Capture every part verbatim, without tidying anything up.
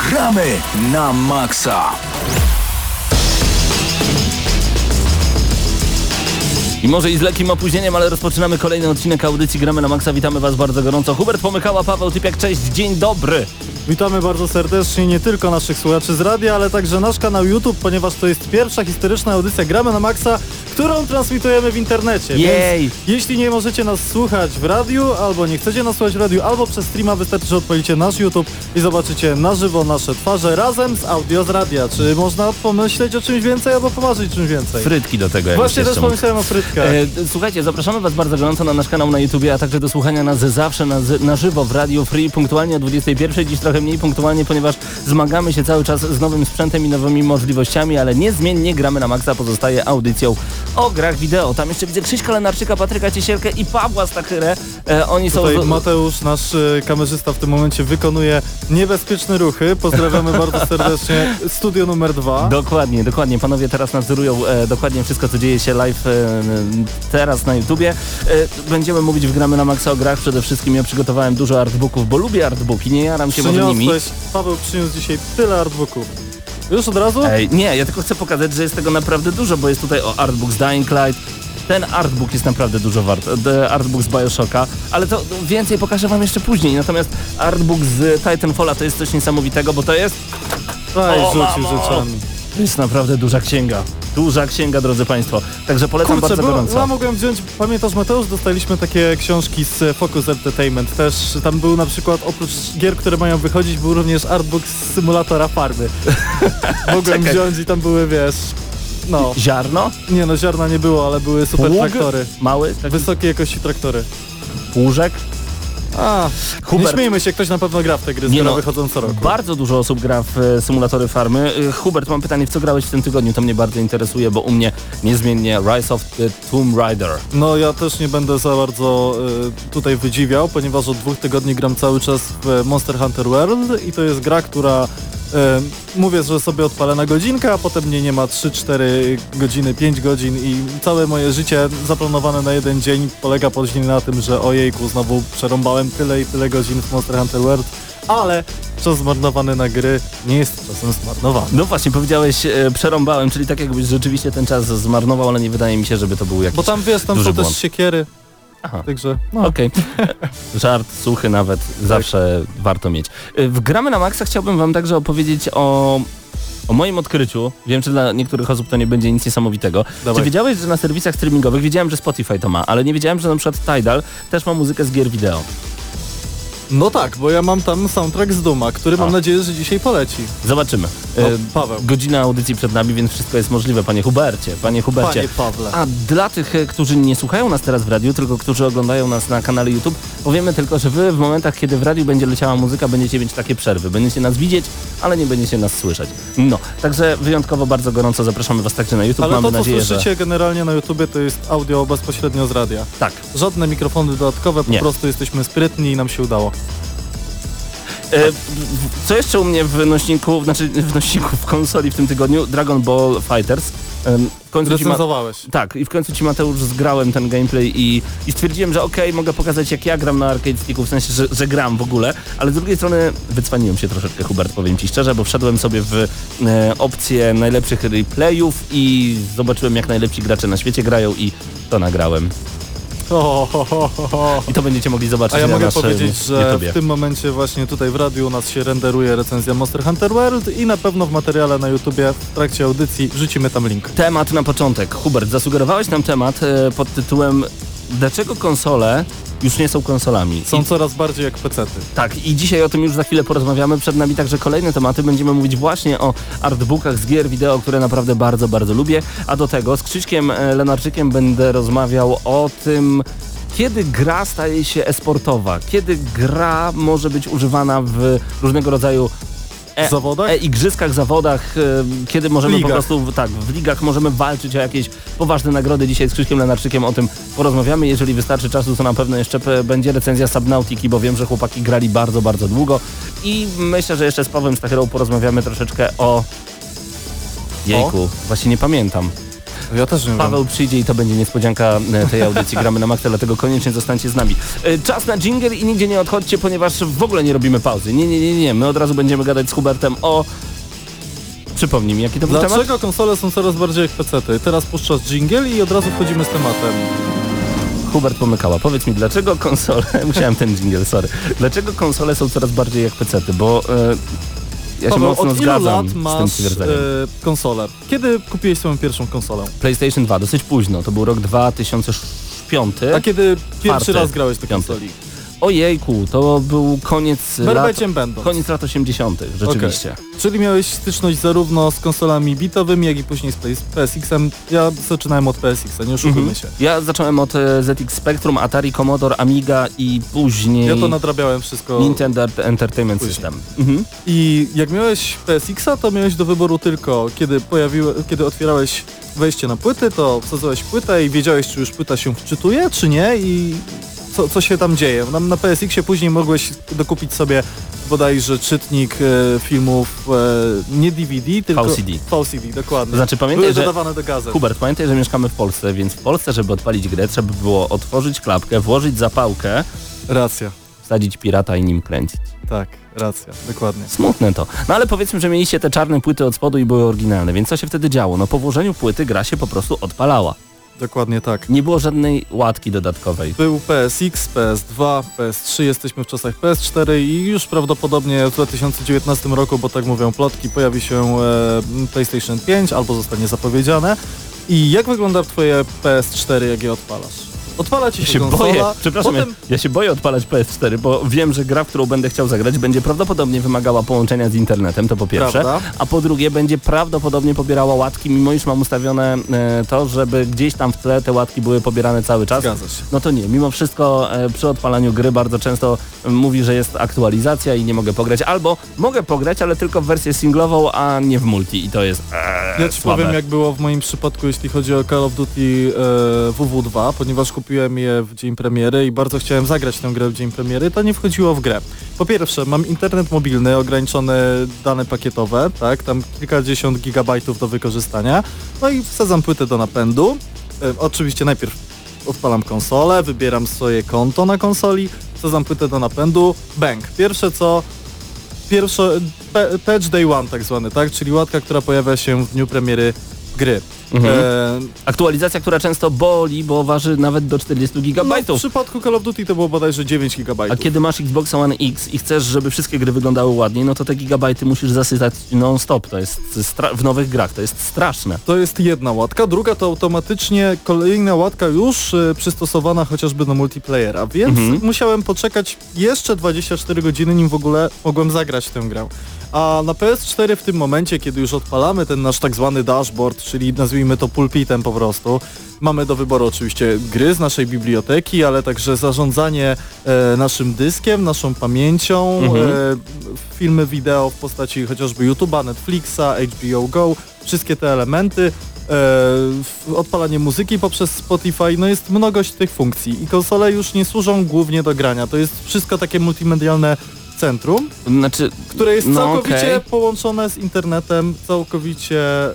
Gramy na maksa! I może i z lekkim opóźnieniem, ale rozpoczynamy kolejny odcinek audycji Gramy na maksa. Witamy Was bardzo gorąco. Hubert Pomykała, Paweł Typiak, cześć, dzień dobry. Witamy bardzo serdecznie nie tylko naszych słuchaczy z radia, ale także nasz kanał YouTube, ponieważ to jest pierwsza historyczna audycja Gramy na maksa, którą transmitujemy w internecie. Jej! Więc jeśli nie możecie nas słuchać w radiu, albo nie chcecie nas słuchać w radiu, albo przez streama, wystarczy, że odpalicie nasz YouTube i zobaczycie na żywo nasze twarze razem z audio z radia. Czy można pomyśleć o czymś więcej, albo pomarzyć czymś więcej? Frytki do tego. Właśnie też pomyślałem o frytkach. E, słuchajcie, zapraszamy Was bardzo gorąco na nasz kanał na YouTubie, a także do słuchania nas zawsze na, na żywo w Radio Free, punktualnie o dwudziestej pierwszej, dziś trochę mniej punktualnie, ponieważ zmagamy się cały czas z nowym sprzętem i nowymi możliwościami, ale niezmiennie Gramy na maksa pozostaje audycją o grach wideo. Tam jeszcze widzę Krzyśka Lenarczyka, Patryka Ciesielkę i Pawła Stachyrę. E, oni Tutaj są... Mateusz, nasz y, kamerzysta w tym momencie wykonuje niebezpieczne ruchy. Pozdrawiamy bardzo serdecznie. Studio numer dwa. Dokładnie, dokładnie. Panowie teraz nadzorują e, dokładnie wszystko, co dzieje się live e, teraz na YouTubie. E, będziemy mówić w Gramy na maksa o grach. Przede wszystkim ja przygotowałem dużo artbooków, bo lubię artbooki, nie jaram się może nimi. Paweł przyniósł dzisiaj tyle artbooków. Już od razu? Ej, nie, ja tylko chcę pokazać, że jest tego naprawdę dużo, bo jest tutaj o artbook z Dying Light. Ten artbook jest naprawdę dużo wart. Artbook z Bioshocka, ale to więcej pokażę Wam jeszcze później. Natomiast artbook z Titanfalla to jest coś niesamowitego, bo to jest... Aj, rzucił rzeczami. To jest naprawdę duża księga. Duża księga, drodzy Państwo. Także polecam. Kurczę, bardzo było, gorąco. Ja mogłem wziąć, pamiętasz Mateusz, dostaliśmy takie książki z Focus Entertainment. Też tam był na przykład, oprócz gier, które mają wychodzić, był również artbook z symulatora farmy. Mogłem wziąć i tam były, wiesz... No. Ziarno? Nie no, ziarna nie było, ale były super Pług? traktory. Mały? Taki... Wysokiej jakości traktory. Płużek? A, Hubert. Nie śmiejmy się, ktoś na pewno gra w te gry, które no, wychodzą co roku. Bardzo dużo osób gra w e, symulatory farmy. E, Hubert, mam pytanie, w co grałeś w tym tygodniu? To mnie bardzo interesuje, bo u mnie niezmiennie Rise of the Tomb Raider. No ja też nie będę za bardzo e, tutaj wydziwiał, ponieważ od dwóch tygodni gram cały czas w Monster Hunter World i to jest gra, która e, mówię, że sobie odpalę na godzinkę, a potem mnie nie ma trzy cztery godziny, pięć godzin i całe moje życie zaplanowane na jeden dzień polega później na tym, że ojejku, znowu przerąbałem tyle i tyle godzin w Monster Hunter World, ale czas zmarnowany na gry nie jest czasem zmarnowany. No właśnie, powiedziałeś e, przerąbałem, czyli tak jakbyś rzeczywiście ten czas zmarnował, ale nie wydaje mi się, żeby to był jakiś Bo tam wiesz, tam są błąd. też siekiery. Aha. Także, no. Okej. Okay. Żart suchy nawet tak. Zawsze warto mieć. W Gramy na maksa chciałbym Wam także opowiedzieć o, o moim odkryciu. Wiem, że dla niektórych osób to nie będzie nic niesamowitego. Dawaj. Czy wiedziałeś, że na serwisach streamingowych, wiedziałem, że Spotify to ma, ale nie wiedziałem, że na przykład Tidal też ma muzykę z gier wideo. No tak, bo ja mam tam soundtrack z Duma, który A. mam nadzieję, że dzisiaj poleci. Zobaczymy. No, Paweł. Godzina audycji przed nami, więc wszystko jest możliwe, panie Hubercie, panie Hubercie. Panie Pawle. A dla tych, którzy nie słuchają nas teraz w radiu, tylko którzy oglądają nas na kanale YouTube, powiemy tylko, że wy w momentach, kiedy w radiu będzie leciała muzyka, będziecie mieć takie przerwy. Będziecie nas widzieć, ale nie będziecie nas słyszeć. No, także wyjątkowo bardzo gorąco zapraszamy was także na YouTube. Ale Mamy to, co nadzieję, słyszycie że... generalnie na YouTubie, to jest audio bezpośrednio z radia. Tak. Żadne mikrofony dodatkowe, po nie. prostu jesteśmy sprytni i nam się udało. Co jeszcze u mnie w nośniku, znaczy w nośniku, w konsoli w tym tygodniu? Dragon Ball Fighters. W końcu Recenzowałeś. Ma... Tak, i w końcu Ci, Mateusz, zgrałem ten gameplay i, i stwierdziłem, że okej, okay, mogę pokazać, jak ja gram na arcade sticku, w sensie, że, że gram w ogóle, ale z drugiej strony wycwaniłem się troszeczkę, Hubert, powiem Ci szczerze, bo wszedłem sobie w e, opcję najlepszych replayów i zobaczyłem, jak najlepsi gracze na świecie grają i to nagrałem. Oh, oh, oh, oh. I to będziecie mogli zobaczyć. A ja na mogę naszym powiedzieć, że YouTubie. W tym momencie właśnie tutaj w radiu u nas się renderuje recenzja Monster Hunter World i na pewno w materiale na YouTubie w trakcie audycji wrzucimy tam link. Temat na początek. Hubert, zasugerowałeś nam temat e, pod tytułem dlaczego konsole już nie są konsolami. Są I... coraz bardziej jak pecety. Tak, i dzisiaj o tym już za chwilę porozmawiamy. Przed nami także kolejne tematy. Będziemy mówić właśnie o artbookach z gier wideo, które naprawdę bardzo, bardzo lubię. A do tego z Krzyśkiem Lenarczykiem będę rozmawiał o tym, kiedy gra staje się e-sportowa, kiedy gra może być używana w różnego rodzaju E, zawodach? E, igrzyskach, zawodach, e, kiedy możemy po prostu, tak, w ligach możemy walczyć o jakieś poważne nagrody. Dzisiaj z Krzyśkiem Lenarczykiem o tym porozmawiamy. Jeżeli wystarczy czasu, to na pewno jeszcze p- będzie recenzja Subnautiki, bo wiem, że chłopaki grali bardzo, bardzo długo i myślę, że jeszcze z Pawłem Stachyrą porozmawiamy troszeczkę o... Jejku, o? Właśnie nie pamiętam. Ja też nie Paweł przyjdzie i to będzie niespodzianka e, tej audycji Gramy na Maxa, dlatego koniecznie zostańcie z nami. E, Czas na dżingiel i nigdzie nie odchodźcie, ponieważ w ogóle nie robimy pauzy. Nie, nie, nie, nie. My od razu będziemy gadać z Hubertem o... Przypomnij mi, jaki to był temat? Dlaczego konsole są coraz bardziej jak pecety? Teraz puszczasz dżingiel i od razu wchodzimy z tematem. Hubert Pomykała, powiedz mi, dlaczego konsole... Musiałem ten dżingiel, sorry. Dlaczego konsole są coraz bardziej jak pecety? Bo... E, Ja się Paweł, mocno od ilu zgadzam lat z tym masz stwierdzeniem. e, konsolę? Kiedy kupiłeś swoją pierwszą konsolę? PlayStation dwa, dosyć późno, to był rok dwa tysiące piąty. A kiedy pierwszy Czwarty. raz grałeś do Piąty. konsoli? Ojejku, to był koniec lat, Berbeciem będąc. koniec lat osiemdziesiątych, rzeczywiście. Okay. Czyli miałeś styczność zarówno z konsolami bitowymi, jak i później z P S X-em. Ja zaczynałem od P S X-a, nie oszukujmy Mhm. się. Ja zacząłem od e, Z X Spectrum, Atari, Commodore, Amiga i później Ja to nadrabiałem wszystko. Nintendo Entertainment później. System. Mhm. I jak miałeś P S X-a, to miałeś do wyboru tylko, kiedy pojawiły, kiedy otwierałeś wejście na płyty, to wsadzałeś płytę i wiedziałeś, czy już płyta się wczytuje, czy nie i co, co się tam dzieje. Na, na P S X-ie później mogłeś dokupić sobie bodajże czytnik e, filmów e, nie D V D, tylko V C D. V C D, dokładnie. To znaczy pamiętaj, Były że... dodawane do gazet. Hubert, pamiętaj, że mieszkamy w Polsce, więc w Polsce, żeby odpalić grę, trzeba było otworzyć klapkę, włożyć zapałkę, Racja. wsadzić pirata i nim kręcić. Tak, racja, dokładnie. Smutne to. No ale powiedzmy, że mieliście te czarne płyty od spodu i były oryginalne, więc co się wtedy działo? No po włożeniu płyty gra się po prostu odpalała. Dokładnie tak. Nie było żadnej łatki dodatkowej. Był P S X, P S dwa, P S trzy, jesteśmy w czasach P S cztery i już prawdopodobnie w dwa tysiące dziewiętnastym roku, bo tak mówią plotki, pojawi się e, PlayStation pięć albo zostanie zapowiedziane. I jak wygląda twoje P S cztery, jak je odpalasz? Odpala ci Ja się, się konsola, boję, przepraszam, potem... ja, ja się boję odpalać P S cztery, bo wiem, że gra, w którą będę chciał zagrać, będzie prawdopodobnie wymagała połączenia z internetem, to po pierwsze, Prawda? a po drugie będzie prawdopodobnie pobierała łatki, mimo iż mam ustawione e, to, żeby gdzieś tam w tle te łatki były pobierane cały czas. Zgadza się. No to nie, mimo wszystko e, przy odpalaniu gry bardzo często e, mówi, że jest aktualizacja i nie mogę pograć, albo mogę pograć, ale tylko w wersję singlową, a nie w multi i to jest e, Ja ci słabe. powiem, jak było w moim przypadku, jeśli chodzi o Call of Duty e, W W dwa, ponieważ kupiłem je w dzień premiery i bardzo chciałem zagrać tę grę w dzień premiery, to nie wchodziło w grę. Po pierwsze, mam internet mobilny, ograniczone dane pakietowe, tak, tam kilkadziesiąt gigabajtów do wykorzystania, no i wsadzam płytę do napędu. E, oczywiście najpierw odpalam konsolę, wybieram swoje konto na konsoli, wsadzam płytę do napędu, bang. Pierwsze co... Pierwsze, pe, patch day one tak zwany, tak, czyli łatka, która pojawia się w dniu premiery gry. Mhm. E, Aktualizacja, która często boli, bo waży nawet do czterdziestu no, w gigabajtów. przypadku Call of Duty to było bodajże dziewięć A gigabajtów. kiedy masz Xbox One X i chcesz, żeby wszystkie gry wyglądały ładniej, no to te gigabajty musisz zasypać non-stop. To jest stra- w nowych grach, to jest straszne. To jest jedna łatka, druga to automatycznie kolejna łatka już y, przystosowana chociażby do multiplayera, więc Mhm. musiałem poczekać jeszcze dwadzieścia cztery godziny, nim w ogóle mogłem zagrać w tę grę. A na P S cztery w tym momencie, kiedy już odpalamy ten nasz tak zwany dashboard, czyli nazwijmy to pulpitem po prostu, mamy do wyboru oczywiście gry z naszej biblioteki, ale także zarządzanie e, naszym dyskiem, naszą pamięcią, Mhm. e, filmy wideo w postaci chociażby YouTube'a, Netflixa, H B O Go, wszystkie te elementy, e, odpalanie muzyki poprzez Spotify, no jest mnogość tych funkcji i konsole już nie służą głównie do grania, to jest wszystko takie multimedialne centrum, Znaczy, które jest no całkowicie okej. połączone z internetem, całkowicie e,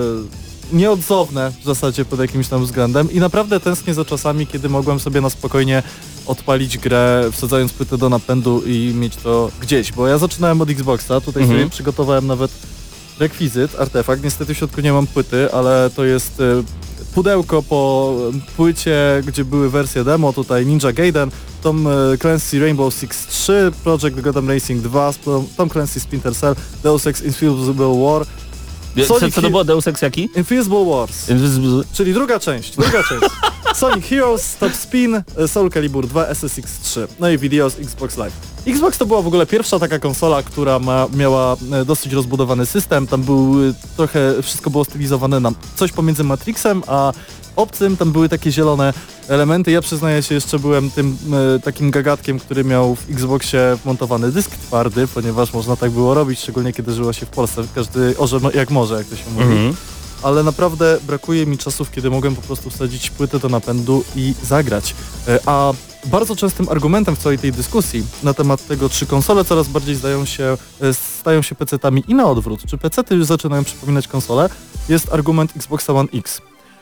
nieodzowne w zasadzie pod jakimś tam względem i naprawdę tęsknię za czasami, kiedy mogłem sobie na spokojnie odpalić grę, wsadzając płytę do napędu i mieć to gdzieś, bo ja zaczynałem od Xboxa, tutaj Mhm. sobie przygotowałem nawet rekwizyt, artefakt, niestety w środku nie mam płyty, ale to jest e, pudełko po płycie, gdzie były wersje demo, tutaj Ninja Gaiden, Tom Clancy Rainbow Six trzy, Project Gotham Racing dwa, Tom Clancy Splinter Cell, Deus Ex Invisible War, Co, Sonic co to było? Deus Ex jaki? Invisible Wars, czyli druga część, druga część. Sonic Heroes, Top Spin, Soul Calibur dwa, S S X trzy, no i Videos, Xbox Live. Xbox to była w ogóle pierwsza taka konsola, która ma, miała e, dosyć rozbudowany system, tam był e, trochę, wszystko było stylizowane na coś pomiędzy Matrixem a obcym, tam były takie zielone elementy. Ja przyznaję się, jeszcze byłem tym e, takim gagatkiem, który miał w Xboxie wmontowany dysk twardy, ponieważ można tak było robić, szczególnie kiedy żyło się w Polsce. Każdy orze jak może, jak to się mówi. Mhm. Ale naprawdę brakuje mi czasów, kiedy mogłem po prostu wsadzić płytę do napędu i zagrać. E, A bardzo częstym argumentem w całej tej dyskusji na temat tego, czy konsole coraz bardziej zdają się, e, stają się pecetami i na odwrót, czy pecety już zaczynają przypominać konsole, jest argument Xboxa One X.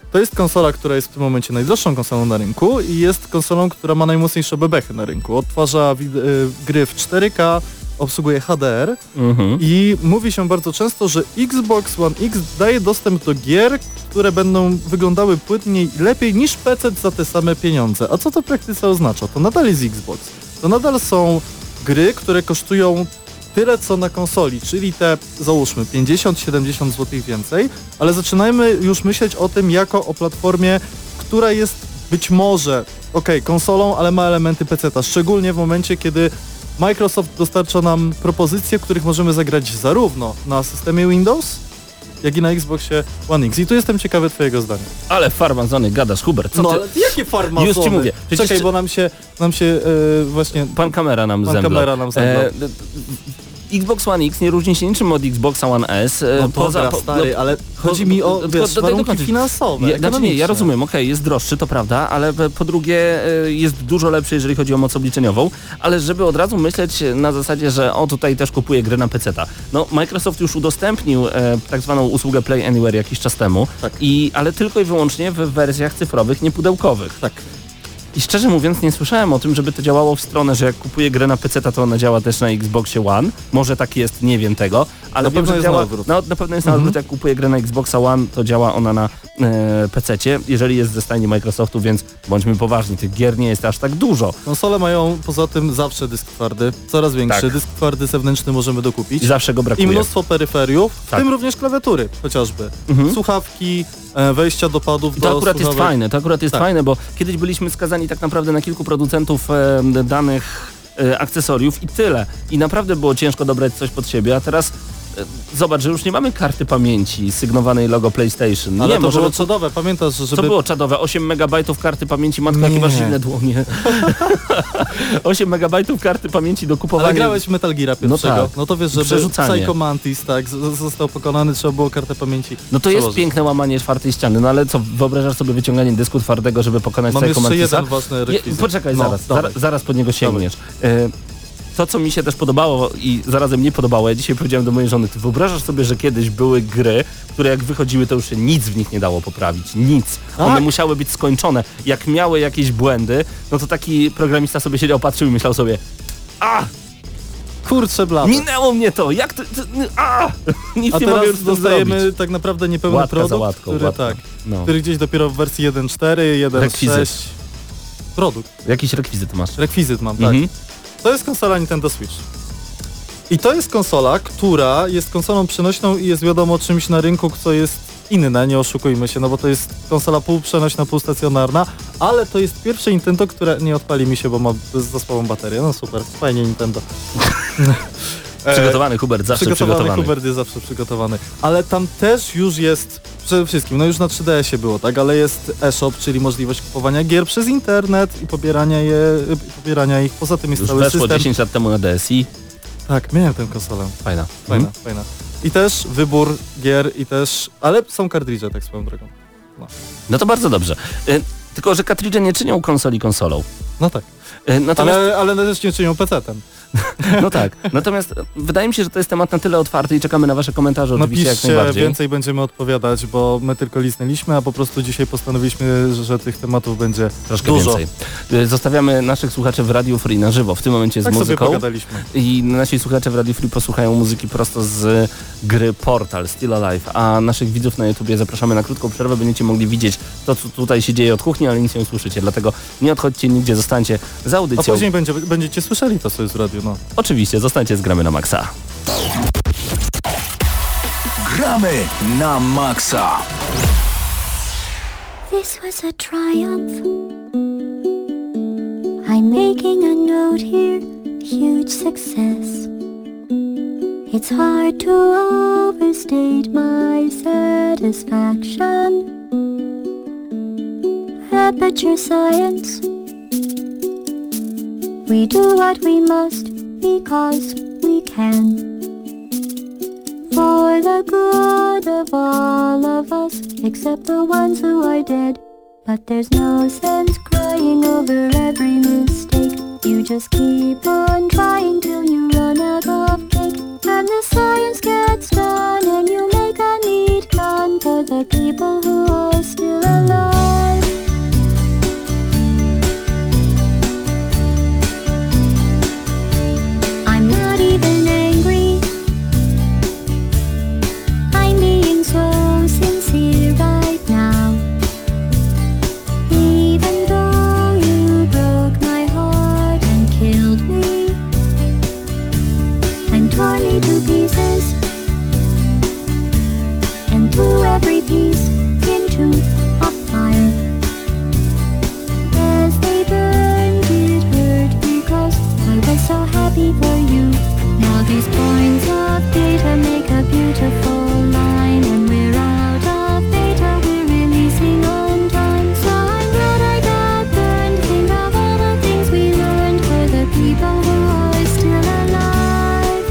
To jest konsola, która jest w tym momencie najdroższą konsolą na rynku i jest konsolą, która ma najmocniejsze bebechy na rynku. Odtwarza wid- y, gry w cztery K, obsługuje H D R mhm. i mówi się bardzo często, że Xbox One X daje dostęp do gier, które będą wyglądały płynniej i lepiej niż P C za te same pieniądze. A co to w praktyce oznacza? To nadal jest Xbox. To nadal są gry, które kosztują tyle co na konsoli, czyli te załóżmy pięćdziesiąt siedemdziesiąt złotych więcej, ale zaczynajmy już myśleć o tym jako o platformie, która jest być może, okej, okay, konsolą, ale ma elementy peceta, szczególnie w momencie, kiedy Microsoft dostarcza nam propozycje, w których możemy zagrać zarówno na systemie Windows, jak i na Xboxie One X. I tu jestem ciekawy twojego zdania. Ale farmazony gadasz, Hubert. Co no ty... ale jakie farmazony? Już ci mówię. Przecież... Czekaj, bo nam się, nam się yy, właśnie... Pan kamera nam Pan zemdlał. kamera nam zemdlał. E, Xbox One X nie różni się niczym od Xboxa One S. No poza, dobra, stary, no, ale chodzi mi o wiesz, do, warunki do finansowe, ja, znaczy nie, ja rozumiem, okej, okay, jest droższy, to prawda, ale po drugie jest dużo lepszy, jeżeli chodzi o moc obliczeniową, ale żeby od razu myśleć na zasadzie, że o, tutaj też kupuję grę na peceta. No, Microsoft już udostępnił e, tak zwaną usługę Play Anywhere jakiś czas temu, tak. i, ale tylko i wyłącznie w wersjach cyfrowych, nie pudełkowych. Tak. I szczerze mówiąc nie słyszałem o tym, żeby to działało w stronę, że jak kupuję grę na peceta, to ona działa też na Xboxie One. Może tak jest, nie wiem tego, ale na wiem, pewno że jest działa, na odwrót. No, na pewno jest na odwrót, jak kupuję grę na Xboxa One, to działa ona na e, pececie, jeżeli jest ze stajni Microsoftu, więc bądźmy poważni, tych gier nie jest aż tak dużo. Konsole mają poza tym zawsze dysk twardy, coraz większy, tak. Dysk twardy zewnętrzny możemy dokupić. I zawsze go brakuje. I mnóstwo peryferiów, w tak. tym również klawiatury chociażby. Mhm. Słuchawki, e, wejścia do padów, I do to akurat słuchawek. jest fajne, to akurat jest tak. fajne, bo kiedyś byliśmy skazani tak naprawdę na kilku producentów e, danych e, akcesoriów i tyle. I naprawdę było ciężko dobrać coś pod siebie, a teraz e, zobacz, że już nie mamy karty pamięci sygnowanej logo PlayStation. Ale nie, to może było czadowe, pamiętasz, żeby... Co było czadowe? osiem megabajtów karty pamięci, matka, jakie masz silne dłonie. osiem megabajtów karty pamięci do kupowania. Ale grałeś w Metal Geara pierwszego. No, tak. No to wiesz, żeby Psycho Mantis, tak, z- został pokonany, trzeba było kartę pamięci No to jest piękne łamanie czwartej ściany, no ale co, wyobrażasz sobie wyciąganie dysku twardego, żeby pokonać Mam Psycho Mantisa? Mam jeszcze jeden ważny rekwizyt. Poczekaj, no, zaraz, zaraz, zaraz pod niego sięgniesz. To, co mi się też podobało i zarazem nie podobało, ja dzisiaj powiedziałem do mojej żony, ty wyobrażasz sobie, że kiedyś były gry, które jak wychodziły, to już się nic w nich nie dało poprawić. Nic. Tak? One musiały być skończone. Jak miały jakieś błędy, no to taki programista sobie siedział, patrzył i myślał sobie, a! Kurczę blade. Minęło mnie to! Jak to... to a! Nic a nie teraz mogę już dostajemy zrobić. tak naprawdę niepełny łatka produkt, za łatką, który, łatka. tak, no. który gdzieś dopiero w wersji jeden cztery, jeden sześć. Produkt. Jakiś rekwizyt masz. Rekwizyt mam, tak. Mhm. To jest konsola Nintendo Switch. I to jest konsola, która jest konsolą przenośną i jest wiadomo czymś na rynku, co jest inne, nie oszukujmy się, no bo to jest konsola półprzenośna, półstacjonarna, ale to jest pierwsze Nintendo, które nie odpali mi się, bo ma za słabą baterię. No super, fajnie Nintendo. Przygotowany Hubert, zawsze przygotowany. przygotowany. Hubert jest zawsze przygotowany. Ale tam też już jest, przede wszystkim, no już na trzy D S ie było, tak, ale jest e-shop, czyli możliwość kupowania gier przez internet i pobierania je, pobierania ich. Poza tym jest już cały weszło system. dziesięć lat temu na D S i. Tak, miałem tę konsolę. Fajna. Fajna, mhm. fajna. I też wybór gier i też, ale są kartridże, tak swoją drogą. No, no to bardzo dobrze. Y, tylko, że kartridże nie czynią konsoli konsolą. no tak. Y, natomiast... Ale, ale też nie czynią pecetem. No tak, natomiast wydaje mi się, że to jest temat na tyle otwarty i czekamy na wasze komentarze oczywiście jak Napiszcie, najbardziej. więcej będziemy odpowiadać, bo my tylko lisnęliśmy, a po prostu dzisiaj postanowiliśmy, że tych tematów będzie troszkę dużo. więcej. Zostawiamy naszych słuchaczy w Radio Free na żywo, w tym momencie z tak muzyką. sobie pogadaliśmy. I nasi słuchacze w Radio Free posłuchają muzyki prosto z gry Portal, Still Alive, a naszych widzów na YouTubie zapraszamy na krótką przerwę, będziecie mogli widzieć to, co tutaj się dzieje od kuchni, ale nic nie usłyszycie, dlatego nie odchodźcie nigdzie, zostańcie za audycją. A później będzie, będziecie słyszeli to, co jest w radiu, no. Oczywiście, zostańcie z Gramy na Maxa. Gramy na Maxa. This was a triumph. I'm making a note here, huge success. It's hard to overstate my satisfaction. Aperture science. We do what we must because we can. For the good of all of us, except the ones who are dead. But there's no sense crying over every mistake. You just keep on trying till you run out of cake. And the science gets done and you make a neat gun for the people who are still alive. tore me to pieces and threw every piece into a fire. As they burned, it hurt because I was so happy for you. Now these points of data make a beautiful line, and we're out of data, we're releasing on time. So I'm glad I got burned. Think of all the things we learned for the people who are still alive.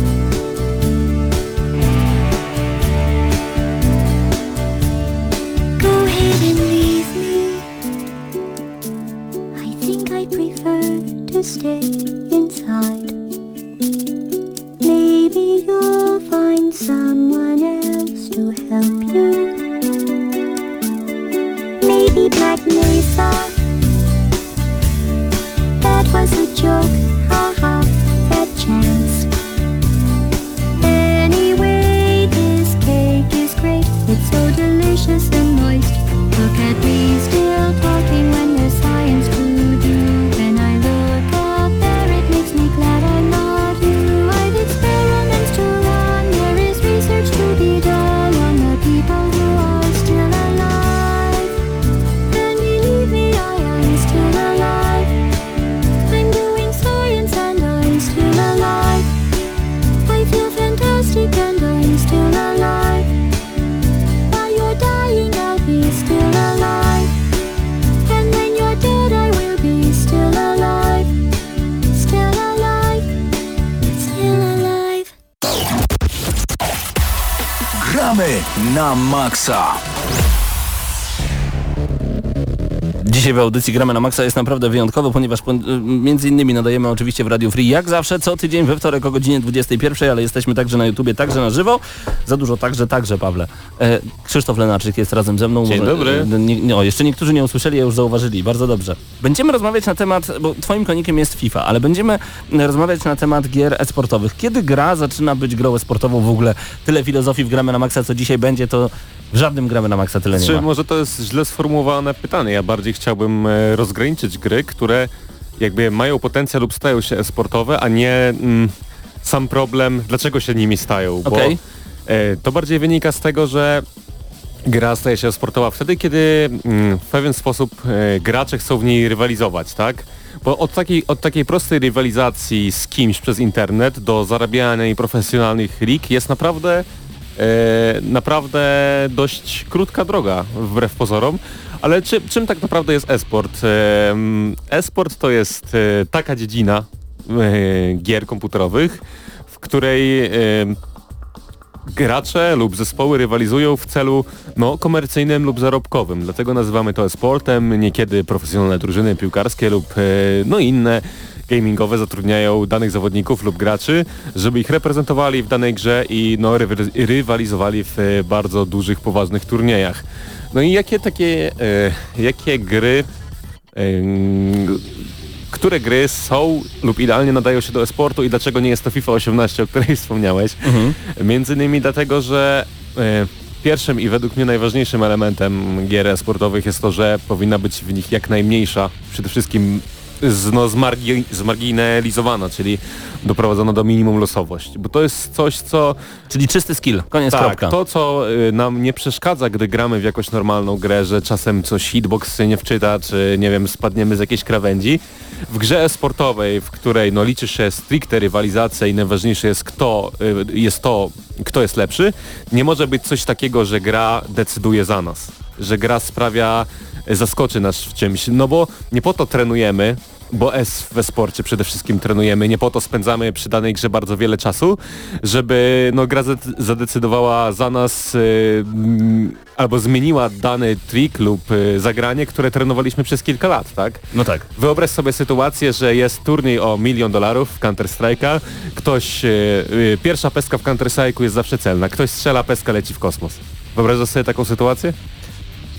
Go ahead and leave me. I think I prefer to stay inside. Maybe you'll find someone else to help you. Maybe Black Mesa. That was a joke, haha, that chance. Anyway, this cake is great. It's so delicious and moist. Look at me still talking when there's science to do. When I look up there, it makes me glad I'm not you. I've experiments to run. There is research to be done on the people who are still alive. And believe me, I am still alive. I'm doing science and I'm still alive. I feel fantastic and I'm still alive. While you're dying, I'll be still alive. And when you're dead, I will be still alive. Still alive. Still alive. Gramy na maksa. Dzisiaj w audycji Gramy na Maxa jest naprawdę wyjątkowo, ponieważ po, między innymi nadajemy oczywiście w Radio Free jak zawsze co tydzień we wtorek o godzinie dwudziestej pierwszej, ale jesteśmy także na YouTubie, także na żywo. Za dużo także, także Pawle. E, Krzysztof Lenaczyk jest razem ze mną. Dzień Może, dobry. E, nie, no, jeszcze niektórzy nie usłyszeli, a już zauważyli. Bardzo dobrze. Będziemy rozmawiać na temat, bo twoim konikiem jest FIFA, ale będziemy rozmawiać na temat gier e-sportowych. Kiedy gra zaczyna być grą e-sportową w ogóle? Tyle filozofii w Gramy na Maxa, co dzisiaj będzie, to w żadnym Gramy na Maxa tyle nie Czy ma. może to jest źle sformułowane pytanie? Ja bardziej chciałbym e, rozgraniczyć gry, które jakby mają potencjał lub stają się e-sportowe, a nie mm, sam problem, dlaczego się nimi stają. Bo Okej. e, to bardziej wynika z tego, że gra staje się sportowa wtedy, kiedy mm, w pewien sposób e, gracze chcą w niej rywalizować, tak? Bo od takiej, od takiej prostej rywalizacji z kimś przez internet do zarabiania profesjonalnych lig jest naprawdę E, naprawdę dość krótka droga, wbrew pozorom. Ale czy, czym tak naprawdę jest e-sport? E, e-sport to jest e, taka dziedzina e, gier komputerowych, w której e, gracze lub zespoły rywalizują w celu no, komercyjnym lub zarobkowym. Dlatego nazywamy to e-sportem. Niekiedy profesjonalne drużyny piłkarskie lub e, no inne gamingowe zatrudniają danych zawodników lub graczy, żeby ich reprezentowali w danej grze i no, ry- rywalizowali w bardzo dużych, poważnych turniejach. No i jakie takie, e, jakie gry, e, które gry są lub idealnie nadają się do e-sportu i dlaczego nie jest to FIFA osiemnaście, o której wspomniałeś? Mhm. Między innymi dlatego, że e, pierwszym i według mnie najważniejszym elementem gier e-sportowych jest to, że powinna być w nich jak najmniejsza, przede wszystkim z, no, zmargi- zmarginalizowana, czyli doprowadzona do minimum losowość. Bo to jest coś, co... Czyli czysty skill, koniec, tak, kropka. to co y, nam nie przeszkadza, gdy gramy w jakąś normalną grę, że czasem coś hitbox nie wczyta, czy nie wiem, spadniemy z jakiejś krawędzi. W grze e-sportowej, w której no, liczy się stricte rywalizacja i najważniejsze jest kto y, jest to, kto jest lepszy, nie może być coś takiego, że gra decyduje za nas. Że gra sprawia, zaskoczy nas w czymś. No bo nie po to trenujemy, bo es we sporcie przede wszystkim trenujemy, nie po to spędzamy przy danej grze bardzo wiele czasu, żeby no, gra zadecydowała za nas yy, albo zmieniła dany trik lub yy, zagranie, które trenowaliśmy przez kilka lat, tak? No tak. Wyobraź sobie sytuację, że jest turniej o milion dolarów w Counter-Strike'a, ktoś, yy, yy, pierwsza pestka w Counter-Strike'u jest zawsze celna, ktoś strzela, pestka leci w kosmos. Wyobrażasz sobie taką sytuację?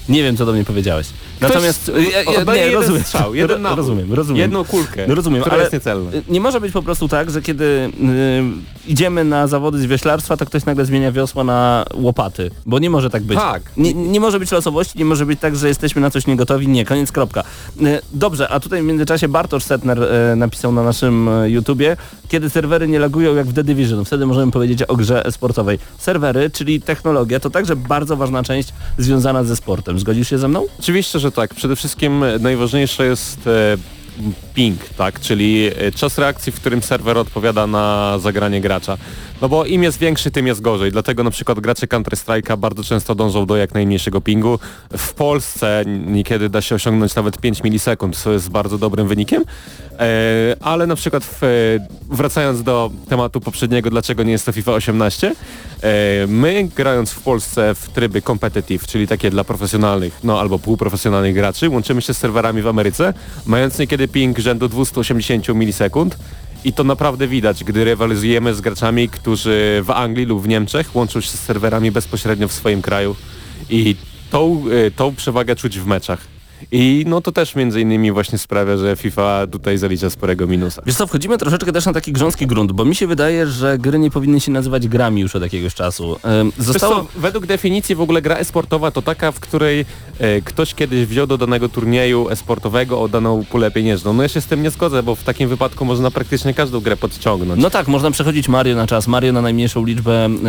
Nie wiem, co do mnie powiedziałeś. Natomiast ja, ja, oddaje nie, jeden rozumiem. strzał, jeden nabój. rozumiem, rozumiem. Jedną kulkę, No rozumiem, która ale jest niecelna. nie może być po prostu tak, że kiedy y, idziemy na zawody z wioślarstwa, to ktoś nagle zmienia wiosło na łopaty. Bo nie może tak być. Tak. Nie, nie może być losowości, nie może być tak, że jesteśmy na coś niegotowi. Nie, koniec, kropka. Y, dobrze, a tutaj w międzyczasie Bartosz Setner y, napisał na naszym y, YouTubie, kiedy serwery nie lagują jak w The Division. Wtedy możemy powiedzieć o grze sportowej. Serwery, czyli technologia, to także bardzo ważna część związana ze sportem. Zgodzisz się ze mną? Oczywiście, że tak. Przede wszystkim najważniejsze jest e, ping, tak, czyli e, czas reakcji, w którym serwer odpowiada na zagranie gracza. No bo im jest większy, tym jest gorzej. Dlatego na przykład gracze Counter-Strike'a bardzo często dążą do jak najmniejszego pingu. W Polsce niekiedy da się osiągnąć nawet pięć milisekund, co jest bardzo dobrym wynikiem. E, ale na przykład w, wracając do tematu poprzedniego, dlaczego nie jest to FIFA osiemnaście, e, my grając w Polsce w tryby competitive, czyli takie dla profesjonalnych, no albo półprofesjonalnych graczy, łączymy się z serwerami w Ameryce, mając niekiedy ping rzędu dwieście osiemdziesiąt milisekund. I to naprawdę widać, gdy rywalizujemy z graczami, którzy w Anglii lub w Niemczech łączą się z serwerami bezpośrednio w swoim kraju. I tą, tą przewagę czuć w meczach. I no to też między innymi właśnie sprawia, że FIFA tutaj zalicza sporego minusa. Wiesz co, wchodzimy troszeczkę też na taki grząski grunt, bo mi się wydaje, że gry nie powinny się nazywać grami już od jakiegoś czasu. Ym, zostało... Co, według definicji w ogóle gra e-sportowa to taka, w której e, ktoś kiedyś wziął do danego turnieju e-sportowego o daną pulę pieniężną. No ja się z tym nie zgodzę, bo w takim wypadku można praktycznie każdą grę podciągnąć. No tak, można przechodzić Mario na czas, Mario na najmniejszą liczbę e,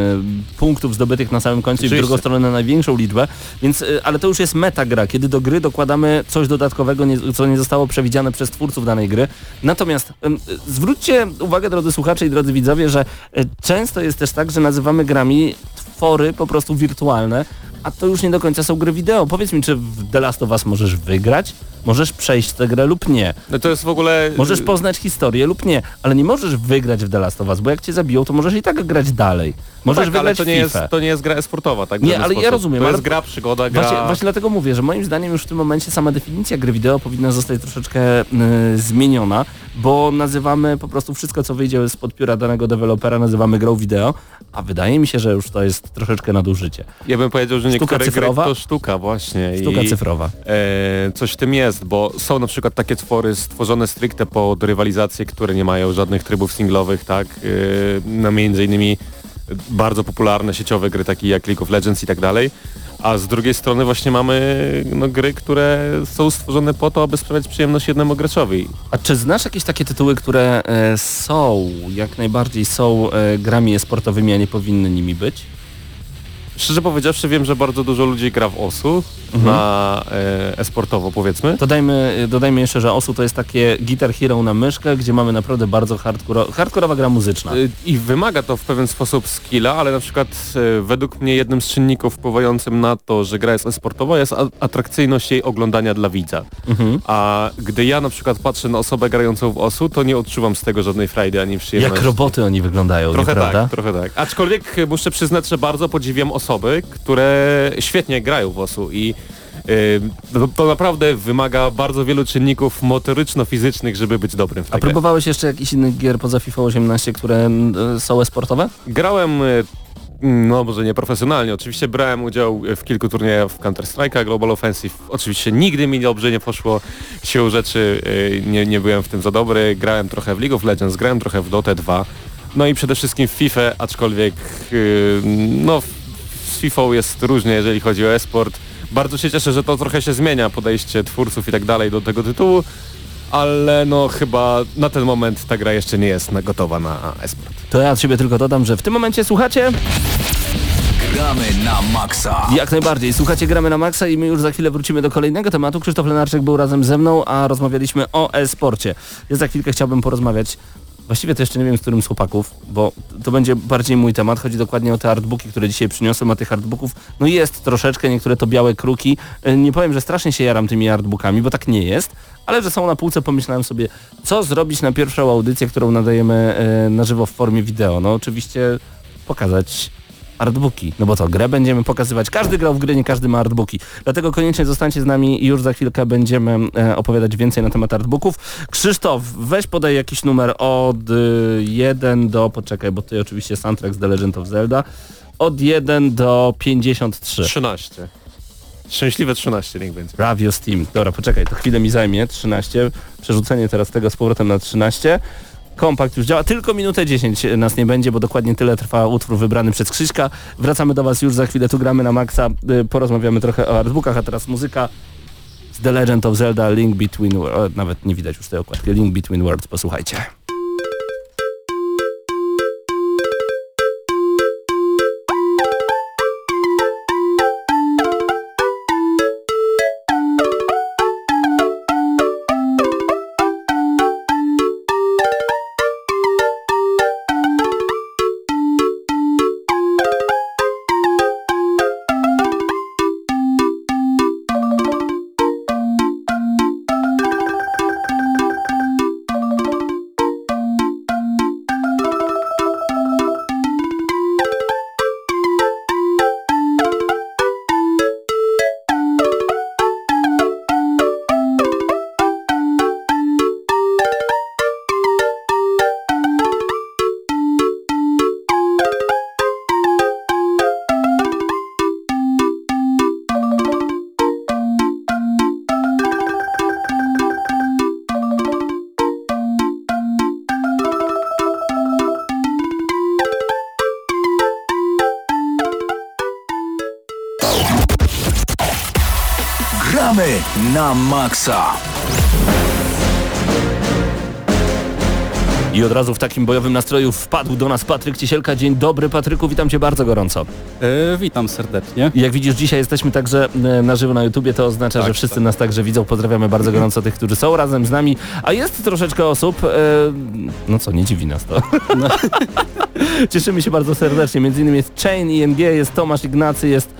punktów zdobytych na samym końcu Oczywiście. i w drugą stronę na największą liczbę, więc, e, ale to już jest metagra, kiedy do gry dokładamy coś dodatkowego, nie, co nie zostało przewidziane przez twórców danej gry. Natomiast e, zwróćcie uwagę, drodzy słuchacze i drodzy widzowie, że e, często jest też tak, że nazywamy grami twory po prostu wirtualne, a to już nie do końca są gry wideo. Powiedz mi, czy w The Last of Us możesz wygrać? Możesz przejść tę grę lub nie. No to jest w ogóle... Możesz poznać historię lub nie, ale nie możesz wygrać w The Last of Us, bo jak cię zabiją, to możesz i tak grać dalej. Możesz no tak, ale wygrać to nie, jest, to nie jest gra e-sportowa, tak? w Nie, żaden ale ja sposób. rozumiem, To ale- jest gra, przygoda, gra... Właśnie, właśnie dlatego mówię, że moim zdaniem już w tym momencie sama definicja gry wideo powinna zostać troszeczkę y, zmieniona, bo nazywamy po prostu wszystko, co wyjdzie spod pióra danego dewelopera, nazywamy grą wideo, a wydaje mi się, że już to jest troszeczkę nadużycie. Ja bym powiedział, że Sztuka niektóre cyfrowa? gry to sztuka właśnie. Sztuka I, cyfrowa. E, coś w tym jest, bo są na przykład takie twory stworzone stricte pod rywalizację, które nie mają żadnych trybów singlowych, tak? E, no między innymi bardzo popularne sieciowe gry takie jak League of Legends i tak dalej. A z drugiej strony właśnie mamy no, gry, które są stworzone po to, aby sprawiać przyjemność jednemu graczowi. A czy znasz jakieś takie tytuły, które e, są, jak najbardziej są e, grami e-sportowymi, a nie powinny nimi być? Szczerze powiedziawszy wiem, że bardzo dużo ludzi gra w osu Mhm. na e, e-sportowo powiedzmy. Dodajmy, dodajmy jeszcze, że Osu to jest takie Guitar Hero na myszkę, gdzie mamy naprawdę bardzo hardcore, hardkorowa gra muzyczna. Y, I wymaga to w pewien sposób skilla, ale na przykład y, według mnie jednym z czynników wpływającym na to, że gra jest e-sportowa jest a- atrakcyjność jej oglądania dla widza. Mhm. A gdy ja na przykład patrzę na osobę grającą w osu, to nie odczuwam z tego żadnej frajdy ani przyjemności. Jak roboty oni wyglądają, Trochę nieprawda? tak, trochę tak. Aczkolwiek y, muszę przyznać, że bardzo podziwiam osoby, które świetnie grają w osu i y, to, to naprawdę wymaga bardzo wielu czynników motoryczno-fizycznych, żeby być dobrym w A tej grze. próbowałeś jeszcze jakichś innych gier poza FIFA osiemnaście, które y, są e-sportowe? Grałem, y, no może nie profesjonalnie, oczywiście brałem udział w kilku turniejach w Counter-Strike'a, Global Offensive. Oczywiście nigdy mi dobrze nie poszło, siłą rzeczy y, nie, nie byłem w tym za dobry. Grałem trochę w League of Legends, grałem trochę w Dota dwa, no i przede wszystkim w FIFA, aczkolwiek y, no z FIFA jest różnie, jeżeli chodzi o e-sport. Bardzo się cieszę, że to trochę się zmienia, podejście twórców i tak dalej do tego tytułu, ale no chyba na ten moment ta gra jeszcze nie jest na, gotowa na e-sport. To ja od siebie tylko dodam, że w tym momencie słuchacie, Gramy na maksa. jak najbardziej, słuchacie Gramy na Maxa i my już za chwilę wrócimy do kolejnego tematu. Krzysztof Lenarczyk był razem ze mną, a rozmawialiśmy o e-sporcie. Ja za chwilkę chciałbym porozmawiać, właściwie to jeszcze nie wiem z którym z chłopaków, bo to będzie bardziej mój temat. Chodzi dokładnie o te artbooki, które dzisiaj przyniosłem, a tych artbooków no jest troszeczkę, niektóre to białe kruki. Nie powiem, że strasznie się jaram tymi artbookami, bo tak nie jest, ale że są na półce, pomyślałem sobie, co zrobić na pierwszą audycję, którą nadajemy e, na żywo w formie wideo. No oczywiście pokazać artbooki, no bo to grę będziemy pokazywać. Każdy grał w gry, nie każdy ma artbooki. Dlatego koniecznie zostańcie z nami i już za chwilkę będziemy e, opowiadać więcej na temat artbooków. Krzysztof, weź podaj jakiś numer od y, jeden do, poczekaj, bo tutaj oczywiście soundtrack z The Legend of Zelda, od jeden do pięćdziesiąt trzy. trzynaście. Szczęśliwe trzynaście, niech będzie. Bravio Steam. Dobra, poczekaj, to chwilę mi zajmie. trzynaście. Przerzucenie teraz tego z powrotem na trzynaście. Kompakt już działa, tylko minutę dziesięć nas nie będzie, bo dokładnie tyle trwa utwór wybrany przez Krzyśka. Wracamy do was już za chwilę, tu gramy na maksa, porozmawiamy trochę o artbookach, a teraz muzyka z The Legend of Zelda Link Between Worlds. Nawet nie widać już tej okładki. Link Between Worlds, posłuchajcie. Gramy na maksa. I od razu w takim bojowym nastroju wpadł do nas Patryk Ciesielka. Dzień dobry, Patryku, witam cię bardzo gorąco. E, witam serdecznie. I jak widzisz, dzisiaj jesteśmy także e, na żywo na YouTubie, to oznacza, Tak, że wszyscy tak. nas także widzą. Pozdrawiamy bardzo gorąco tych, którzy są razem z nami. A jest troszeczkę osób, e, no co, nie dziwi nas to. No. Cieszymy się bardzo serdecznie. Między innymi jest Chain, I N G, jest Tomasz Ignacy, jest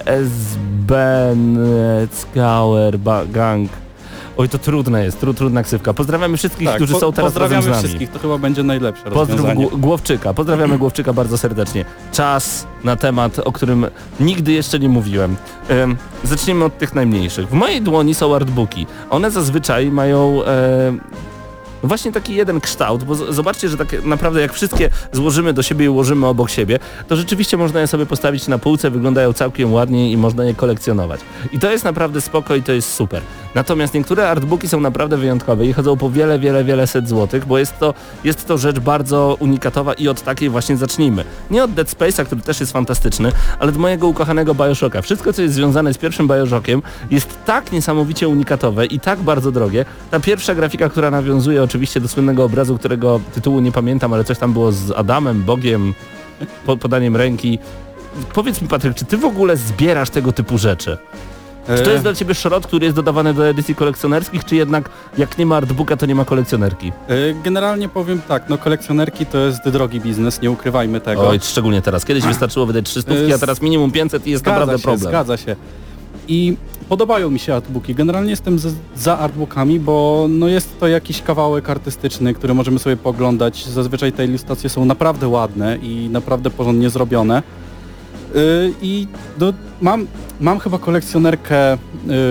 Sbenskauer Gang. Oj, to trudne jest, tru, trudna ksywka. Pozdrawiamy wszystkich, Tak, którzy po, są teraz razem z pozdrawiamy nami. wszystkich, to chyba będzie najlepsze Pozdrów rozwiązanie. Gł- Głowczyka, pozdrawiamy Głowczyka bardzo serdecznie. Czas na temat, o którym nigdy jeszcze nie mówiłem. Ym, zacznijmy od tych najmniejszych. W mojej dłoni są artbooki. One zazwyczaj mają... E, właśnie taki jeden kształt, bo z- zobaczcie, że tak naprawdę jak wszystkie złożymy do siebie i ułożymy obok siebie, to rzeczywiście można je sobie postawić na półce, wyglądają całkiem ładnie i można je kolekcjonować. I to jest naprawdę spoko i to jest super. Natomiast niektóre artbooki są naprawdę wyjątkowe i chodzą po wiele, wiele, wiele set złotych, bo jest to, jest to rzecz bardzo unikatowa i od takiej właśnie zacznijmy. Nie od Dead Space'a, który też jest fantastyczny, ale od mojego ukochanego Bioshocka. Wszystko, co jest związane z pierwszym Bioshockiem, jest tak niesamowicie unikatowe i tak bardzo drogie. Ta pierwsza grafika, która nawiązuje oczywiście do słynnego obrazu, którego tytułu nie pamiętam, ale coś tam było z Adamem, Bogiem, po, podaniem ręki. Powiedz mi, Patryk, czy ty w ogóle zbierasz tego typu rzeczy? Czy to jest dla ciebie szrot, który jest dodawany do edycji kolekcjonerskich, czy jednak jak nie ma artbooka, to nie ma kolekcjonerki? E, Generalnie powiem tak, no kolekcjonerki to jest drogi biznes, nie ukrywajmy tego. Oj, szczególnie teraz. Kiedyś wystarczyło wydać trzy stówki, a teraz minimum pięćset i jest Zgadza naprawdę się, problem. Zgadza się. I podobają mi się artbooki. Generalnie jestem z, za artbookami, bo no jest to jakiś kawałek artystyczny, który możemy sobie poglądać. Zazwyczaj te ilustracje są naprawdę ładne i naprawdę porządnie zrobione. Yy, I do, mam, mam chyba kolekcjonerkę yy,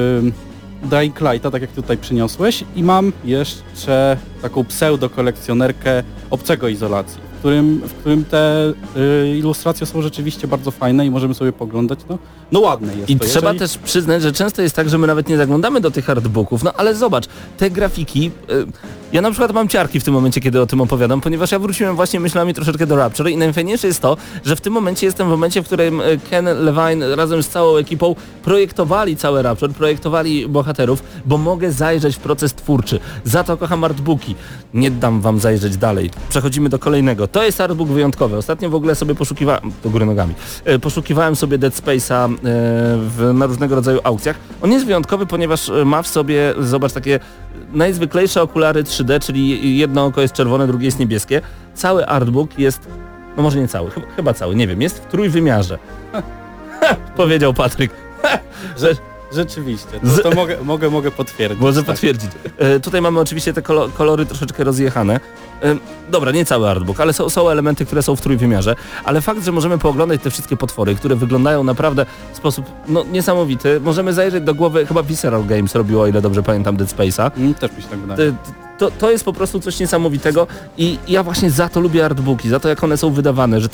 Dying Lighta, tak jak tutaj przyniosłeś, i mam jeszcze taką pseudo-kolekcjonerkę Obcego Izolacji, w którym, w którym te y, ilustracje są rzeczywiście bardzo fajne i możemy sobie poglądać. No, no ładne jest I to. trzeba Jeżeli... też przyznać, że często jest tak, że my nawet nie zaglądamy do tych artbooków, no ale zobacz, te grafiki, y, ja na przykład mam ciarki w tym momencie, kiedy o tym opowiadam, ponieważ ja wróciłem właśnie myślami troszeczkę do Rapture i najfajniejsze jest to, że w tym momencie jestem w momencie, w którym y, Ken Levine razem z całą ekipą projektowali całe Rapture, projektowali bohaterów, bo mogę zajrzeć w proces twórczy. Za to kocham artbooki. Nie dam wam zajrzeć dalej. Przechodzimy do kolejnego. To jest artbook wyjątkowy. Ostatnio w ogóle sobie poszukiwałem, do góry nogami, y, poszukiwałem sobie Dead Space'a y, w, na różnego rodzaju aukcjach. On jest wyjątkowy, ponieważ y, ma w sobie, zobacz, takie najzwyklejsze okulary trzy D, czyli jedno oko jest czerwone, drugie jest niebieskie. Cały artbook jest, no może nie cały, chyba, chyba cały, nie wiem, jest w trójwymiarze. Powiedział Patryk. Że, rzeczywiście, Z- to, to mogę, mogę, mogę potwierdzić. Może tak. potwierdzić. E, tutaj mamy oczywiście te kolo- kolory troszeczkę rozjechane. E, dobra, nie cały artbook, ale są, są elementy, które są w trójwymiarze. Ale fakt, że możemy pooglądać te wszystkie potwory, które wyglądają naprawdę w sposób no, niesamowity. Możemy zajrzeć do głowy, chyba Visceral Games robiło, o ile dobrze pamiętam, Dead Space'a. Mm, też mi się tak wydaje. E, To, to jest po prostu coś niesamowitego i ja właśnie za to lubię artbooki, za to jak one są wydawane, że to jest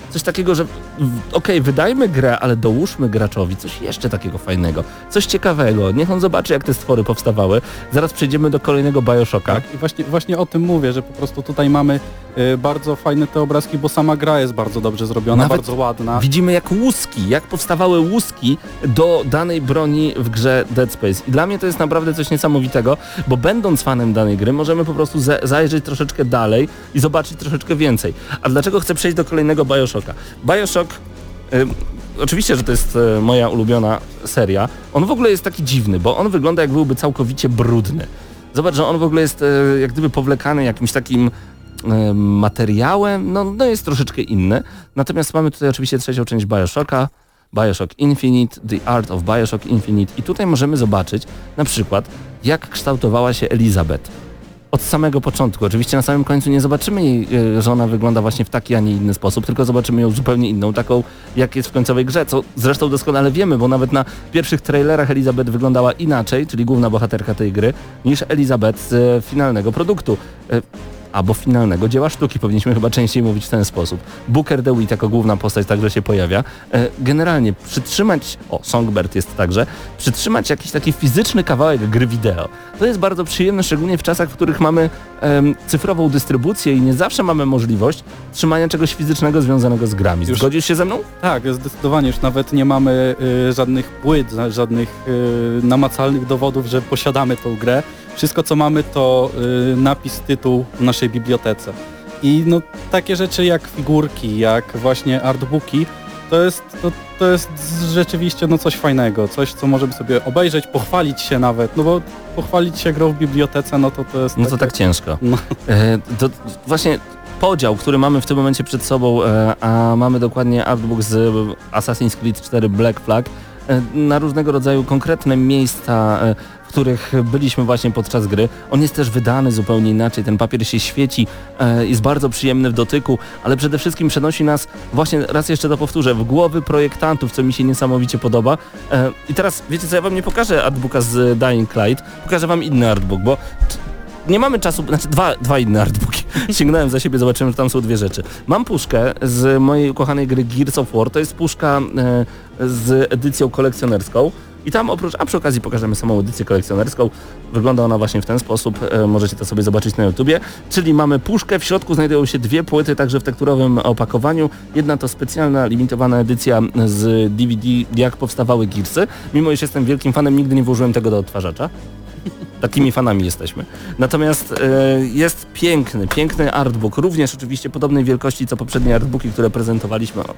coś takiego, że okej, okay, wydajmy grę, ale dołóżmy graczowi coś jeszcze takiego fajnego, coś ciekawego, niech on zobaczy, jak te stwory powstawały. Zaraz przejdziemy do kolejnego Bioshocka. Tak, i właśnie, właśnie o tym mówię, że po prostu tutaj mamy y, bardzo fajne te obrazki, bo sama gra jest bardzo dobrze zrobiona, Nawet bardzo ładna. Widzimy jak łuski, jak powstawały łuski do danej broni w grze Dead Space. I dla mnie to jest naprawdę coś niesamowitego, bo będąc fanem danej gry, możemy po prostu ze- zajrzeć troszeczkę dalej i zobaczyć troszeczkę więcej. A dlaczego chcę przejść do kolejnego Bioshocka? Bioshock, y, oczywiście, że to jest y, moja ulubiona seria. On w ogóle jest taki dziwny, bo on wygląda jak byłby całkowicie brudny. Zobacz, że on w ogóle jest y, jak gdyby powlekany jakimś takim y, materiałem, no, no jest troszeczkę inny. Natomiast mamy tutaj oczywiście trzecią część Bioshocka, Bioshock Infinite, The Art of Bioshock Infinite i tutaj możemy zobaczyć na przykład, jak kształtowała się Elizabeth. Od samego początku. Oczywiście na samym końcu nie zobaczymy jej, że ona wygląda właśnie w taki, a nie inny sposób, tylko zobaczymy ją zupełnie inną, taką jak jest w końcowej grze, co zresztą doskonale wiemy, bo nawet na pierwszych trailerach Elizabeth wyglądała inaczej, czyli główna bohaterka tej gry, niż Elizabeth z finalnego produktu. Albo finalnego dzieła sztuki, powinniśmy chyba częściej mówić w ten sposób. Booker DeWitt jako główna postać także się pojawia. Generalnie przytrzymać, o Songbird jest także, przytrzymać jakiś taki fizyczny kawałek gry wideo. To jest bardzo przyjemne, szczególnie w czasach, w których mamy em, cyfrową dystrybucję i nie zawsze mamy możliwość trzymania czegoś fizycznego związanego z grami. Już- Zgodzisz się ze mną? Tak, zdecydowanie już nawet nie mamy y, żadnych płyt, za- żadnych y, namacalnych dowodów, że posiadamy tą grę. Wszystko co mamy to y, napis, tytuł w naszej bibliotece. I no takie rzeczy jak figurki, jak właśnie artbooki, to jest, to, to jest rzeczywiście no coś fajnego, coś co możemy sobie obejrzeć, pochwalić się nawet, no bo pochwalić się grą w bibliotece, no to to jest... No to takie- tak ciężko. No. E, to właśnie podział, który mamy w tym momencie przed sobą, e, a mamy dokładnie artbook z Assassin's Creed cztery Black Flag, e, na różnego rodzaju konkretne miejsca, e, w których byliśmy właśnie podczas gry. On jest też wydany zupełnie inaczej, ten papier się świeci, e, jest bardzo przyjemny w dotyku, ale przede wszystkim przenosi nas właśnie, raz jeszcze to powtórzę, w głowy projektantów, co mi się niesamowicie podoba. E, I teraz, wiecie co, ja wam nie pokażę artbooka z Dying Light, pokażę wam inny artbook, bo t- nie mamy czasu, znaczy dwa, dwa inne artbooki. Sięgnąłem za siebie, zobaczyłem, że tam są dwie rzeczy. Mam puszkę z mojej ukochanej gry Gears of War, to jest puszka e, z edycją kolekcjonerską. I tam oprócz, a przy okazji pokażemy samą edycję kolekcjonerską. Wygląda ona właśnie w ten sposób, e, możecie to sobie zobaczyć na YouTubie. Czyli mamy puszkę, w środku znajdują się dwie płyty, także w tekturowym opakowaniu. Jedna to specjalna, limitowana edycja z D V D, jak powstawały Gearsy. Mimo iż jestem wielkim fanem, nigdy nie włożyłem tego do odtwarzacza. Takimi fanami jesteśmy. Natomiast e, jest piękny, piękny artbook, również oczywiście podobnej wielkości co poprzednie artbooki, które prezentowaliśmy. O,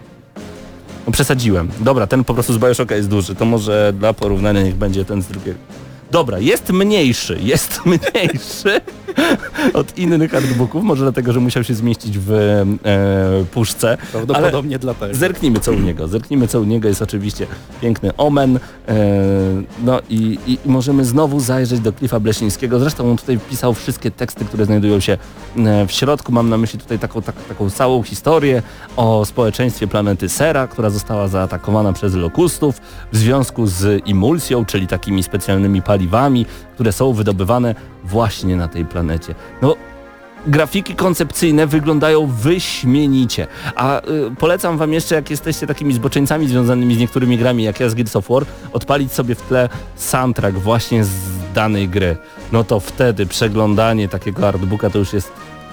no, przesadziłem. Dobra, ten po prostu z Bioshocka jest duży, to może dla porównania niech będzie ten z drugiego. Dobra, jest mniejszy, jest mniejszy od innych artbooków, może dlatego, że musiał się zmieścić w e, puszce. Prawdopodobnie Ale dlatego. Zerknijmy co u niego, zerknijmy co u niego, jest oczywiście piękny Omen, e, no i, i możemy znowu zajrzeć do Cliffa Bleszyńskiego, zresztą on tutaj wpisał wszystkie teksty, które znajdują się e, w środku, mam na myśli tutaj taką, tak, taką całą historię o społeczeństwie planety Sera, która została zaatakowana przez lokustów w związku z imulsją, czyli takimi specjalnymi paliwami, które są wydobywane właśnie na tej planecie. No, grafiki koncepcyjne wyglądają wyśmienicie, a y, polecam wam jeszcze, jak jesteście takimi zboczeńcami związanymi z niektórymi grami, jak ja z Gears of War, odpalić sobie w tle soundtrack właśnie z danej gry. No to wtedy przeglądanie takiego artbooka to już jest...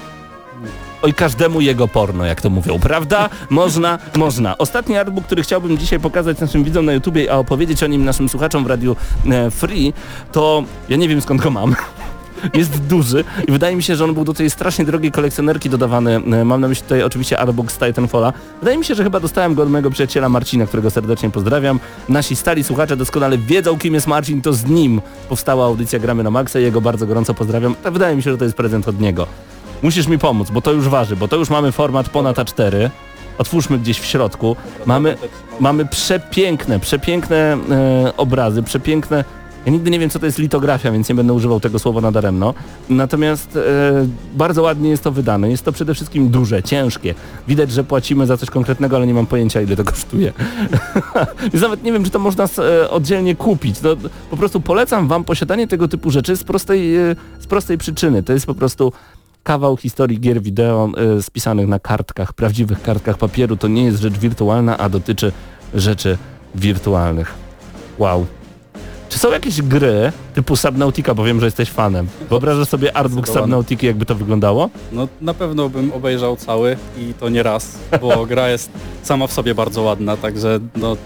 Oj, każdemu jego porno, jak to mówią, prawda? Można, można. Ostatni artbook, który chciałbym dzisiaj pokazać naszym widzom na YouTubie, a opowiedzieć o nim naszym słuchaczom w Radiu e, Free, to ja nie wiem skąd go mam. Jest duży i wydaje mi się, że on był do tej strasznie drogiej kolekcjonerki dodawany. Mam na myśli tutaj oczywiście artbook z Titanfalla. Wydaje mi się, że chyba dostałem go od mojego przyjaciela Marcina, którego serdecznie pozdrawiam. Nasi stali słuchacze doskonale wiedzą, kim jest Marcin, to z nim powstała audycja Gramy na Maxa i jego bardzo gorąco pozdrawiam. Wydaje mi się, że to jest prezent od niego. Musisz mi pomóc, bo to już waży, bo to już mamy format ponad A cztery. Otwórzmy gdzieś w środku. Mamy, mamy przepiękne, przepiękne e, obrazy, przepiękne... Ja nigdy nie wiem, co to jest litografia, więc nie będę używał tego słowa nadaremno. Natomiast e, bardzo ładnie jest to wydane. Jest to przede wszystkim duże, ciężkie. Widać, że płacimy za coś konkretnego, ale nie mam pojęcia, ile to kosztuje. Więc nawet nie wiem, czy to można e, oddzielnie kupić. No, po prostu polecam wam posiadanie tego typu rzeczy z prostej, e, z prostej przyczyny. To jest po prostu kawał historii gier wideo y, spisanych na kartkach, prawdziwych kartkach papieru. To nie jest rzecz wirtualna, a dotyczy rzeczy wirtualnych. Wow. Czy są jakieś gry typu Subnautica, bo wiem, że jesteś fanem? Wyobrażasz sobie artbook Subnautiki, jakby to wyglądało? No na pewno bym obejrzał cały i to nie raz, bo gra jest sama w sobie bardzo ładna, także no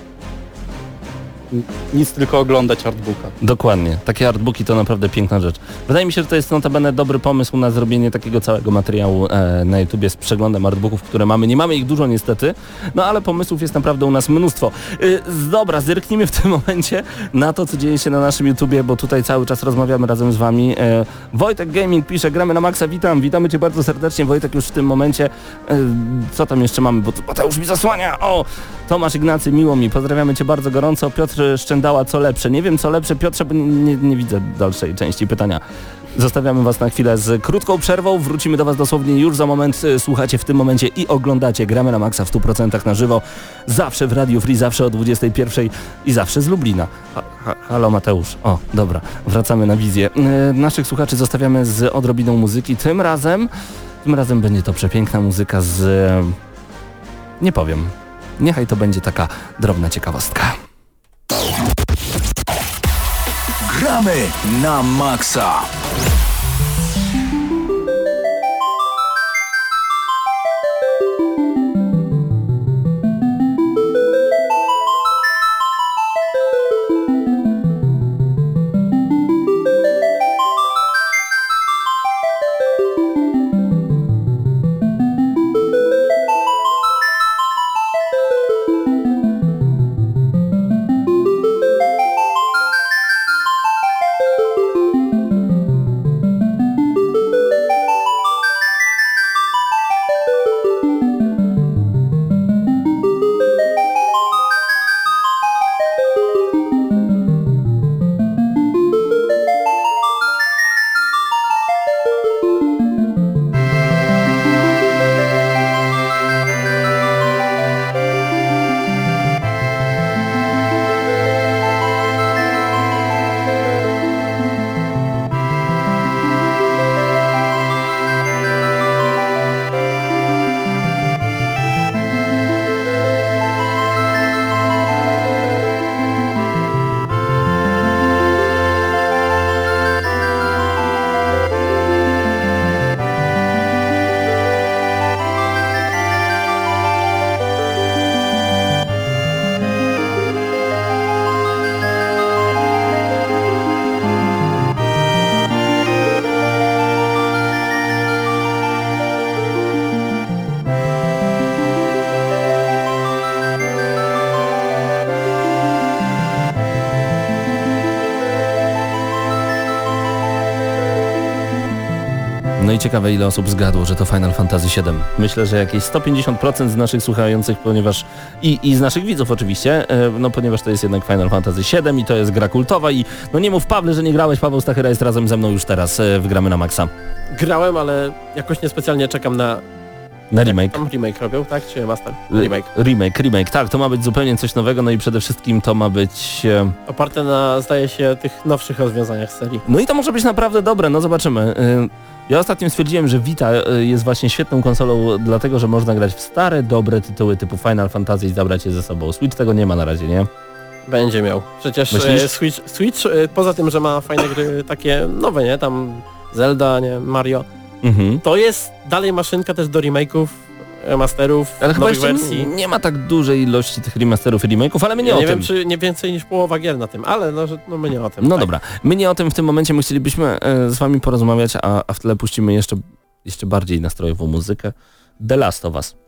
nic tylko oglądać artbooka. Dokładnie. Takie artbooki to naprawdę piękna rzecz. Wydaje mi się, że to jest notabene dobry pomysł na zrobienie takiego całego materiału e, na YouTubie z przeglądem artbooków, które mamy. Nie mamy ich dużo niestety, no ale pomysłów jest naprawdę u nas mnóstwo. Y, dobra, zerknijmy w tym momencie na to, co dzieje się na naszym YouTubie, bo tutaj cały czas rozmawiamy razem z wami. E, Wojtek Gaming pisze, gramy na maksa, witam, witamy cię bardzo serdecznie. Wojtek już w tym momencie, e, co tam jeszcze mamy, bo Mateusz mi zasłania, o! Tomasz Ignacy, miło mi, pozdrawiamy cię bardzo gorąco. Piotr Szczędała, co lepsze? Nie wiem co lepsze, Piotrze, bo nie, nie widzę dalszej części pytania. Zostawiamy was na chwilę z krótką przerwą, wrócimy do was dosłownie już za moment. Słuchacie w tym momencie i oglądacie Gramy na Maxa w stu procentach na żywo. Zawsze w Radio Free, zawsze o dwudziestej pierwszej i zawsze z Lublina. Ha, ha, halo Mateusz. O, dobra, wracamy na wizję. Yy, naszych słuchaczy zostawiamy z odrobiną muzyki. Tym razem, tym razem będzie to przepiękna muzyka z... Nie powiem. Niechaj to będzie taka drobna ciekawostka. Gramy na maksa. No i ciekawe, ile osób zgadło, że to Final Fantasy siedem. Myślę, że jakieś sto pięćdziesiąt procent z naszych słuchających, ponieważ i, i z naszych widzów oczywiście, no ponieważ to jest jednak Final Fantasy siedem i to jest gra kultowa i no nie mów Pawle, że nie grałeś, Paweł Stachyra jest razem ze mną już teraz w Gramy na Maxa. Grałem, ale jakoś niespecjalnie czekam na... Na remake. Tam remake robią, tak? Czy master? Remake. Remake, remake, tak, to ma być zupełnie coś nowego, no i przede wszystkim to ma być... E... Oparte na, zdaje się, tych nowszych rozwiązaniach z serii. No i to może być naprawdę dobre, no zobaczymy. Ja ostatnio stwierdziłem, że Vita jest właśnie świetną konsolą, dlatego że można grać w stare, dobre tytuły typu Final Fantasy i zabrać je ze sobą. Switch tego nie ma na razie, nie? Będzie miał. Przecież e, Switch, Switch e, poza tym, że ma fajne gry takie nowe, nie? Tam Zelda, nie? Mario. Mhm. To jest dalej maszynka też do remake'ów, remasterów, ale chyba nowych wersji. Nie, nie ma tak dużej ilości tych remasterów i remake'ów, ale my nie ja o nie tym. wiem, czy nie więcej niż połowa gier na tym, ale no, że, no my nie o tym. No tak. dobra, my nie o tym w tym momencie, my chcielibyśmy e, z wami porozmawiać, a, a w tle puścimy jeszcze, jeszcze bardziej nastrojową muzykę. The Last of Us.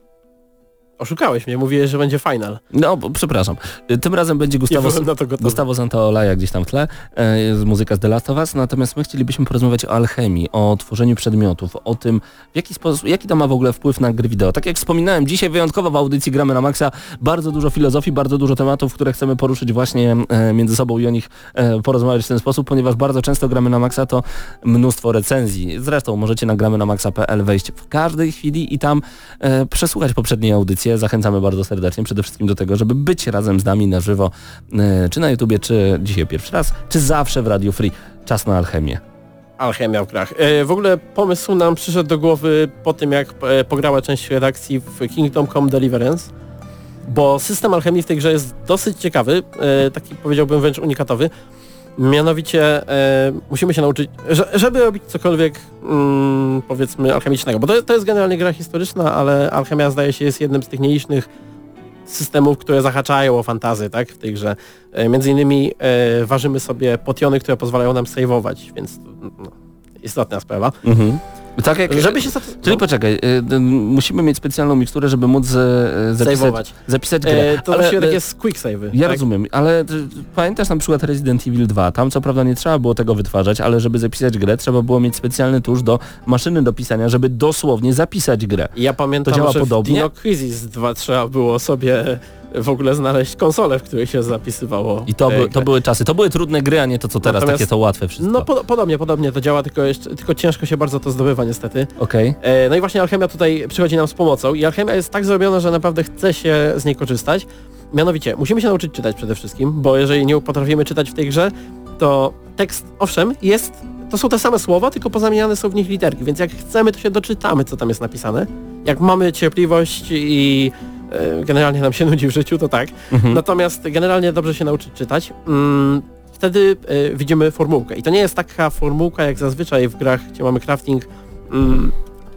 Oszukałeś mnie, mówiłeś, że będzie final. No, bo, przepraszam. Tym razem będzie Gustavo, byłem na to gotowy. Gustavo Santaolalla gdzieś tam w tle, e, jest muzyka z The Last of Us, natomiast my chcielibyśmy porozmawiać o alchemii, o tworzeniu przedmiotów, o tym, w jaki sposób, jaki to ma w ogóle wpływ na gry wideo. Tak jak wspominałem, dzisiaj wyjątkowo w audycji Gramy na Maxa, bardzo dużo filozofii, bardzo dużo tematów, które chcemy poruszyć właśnie e, między sobą i o nich e, porozmawiać w ten sposób, ponieważ bardzo często Gramy na Maxa to mnóstwo recenzji. Zresztą możecie na gramy na maxa kropka p l wejść w każdej chwili i tam e, przesłuchać poprzedniej audycje. Zachęcamy bardzo serdecznie przede wszystkim do tego, żeby być razem z nami na żywo, czy na YouTubie, czy dzisiaj pierwszy raz, czy zawsze w Radio Free. Czas na alchemię. alchemia w grach. E, w ogóle pomysł nam przyszedł do głowy po tym, jak e, pograła część redakcji w Kingdom Come Deliverance, bo system alchemii w tej grze jest dosyć ciekawy, e, taki powiedziałbym wręcz unikatowy. Mianowicie e, musimy się nauczyć, że, żeby robić cokolwiek mm, powiedzmy alchemicznego, bo to, to jest generalnie gra historyczna, ale alchemia zdaje się jest jednym z tych nielicznych systemów, które zahaczają o fantazy, tak, w tej grze. E, między innymi e, ważymy sobie potiony, które pozwalają nam save'ować, więc no, istotna sprawa. Mhm. Tak jak, Żeby się... czyli no. poczekaj, y, y, musimy mieć specjalną miksturę, żeby móc y, zapisać, Save'ować. zapisać grę. E, to ale, właściwie y, takie jest quick save'y. Ja tak? rozumiem, ale y, pamiętasz na przykład Resident Evil dwa, tam co prawda nie trzeba było tego wytwarzać, ale żeby zapisać grę, trzeba było mieć specjalny tusz do maszyny do pisania, żeby dosłownie zapisać grę. Ja pamiętam, To działa że podobnie? w Dino Crisis dwa trzeba było sobie w ogóle znaleźć konsolę, w której się zapisywało. I to, e, by, grę. to były czasy, to były trudne gry, a nie to co teraz, Natomiast- takie to łatwe wszystko. No po, podobnie, podobnie to działa, tylko, jeszcze, tylko ciężko się bardzo to zdobywa niestety. Okej. E, no i właśnie alchemia tutaj przychodzi nam z pomocą i alchemia jest tak zrobiona, że naprawdę chce się z niej korzystać. Mianowicie, musimy się nauczyć czytać przede wszystkim, bo jeżeli nie potrafimy czytać w tej grze, to tekst, owszem, jest, to są te same słowa, tylko pozamieniane są w nich literki, więc jak chcemy, to się doczytamy, co tam jest napisane. Jak mamy cierpliwość i e, generalnie nam się nudzi w życiu, to tak. Mhm. Natomiast generalnie dobrze się nauczyć czytać. Mm, wtedy e, widzimy formułkę. I to nie jest taka formułka jak zazwyczaj w grach, gdzie mamy crafting. Mm,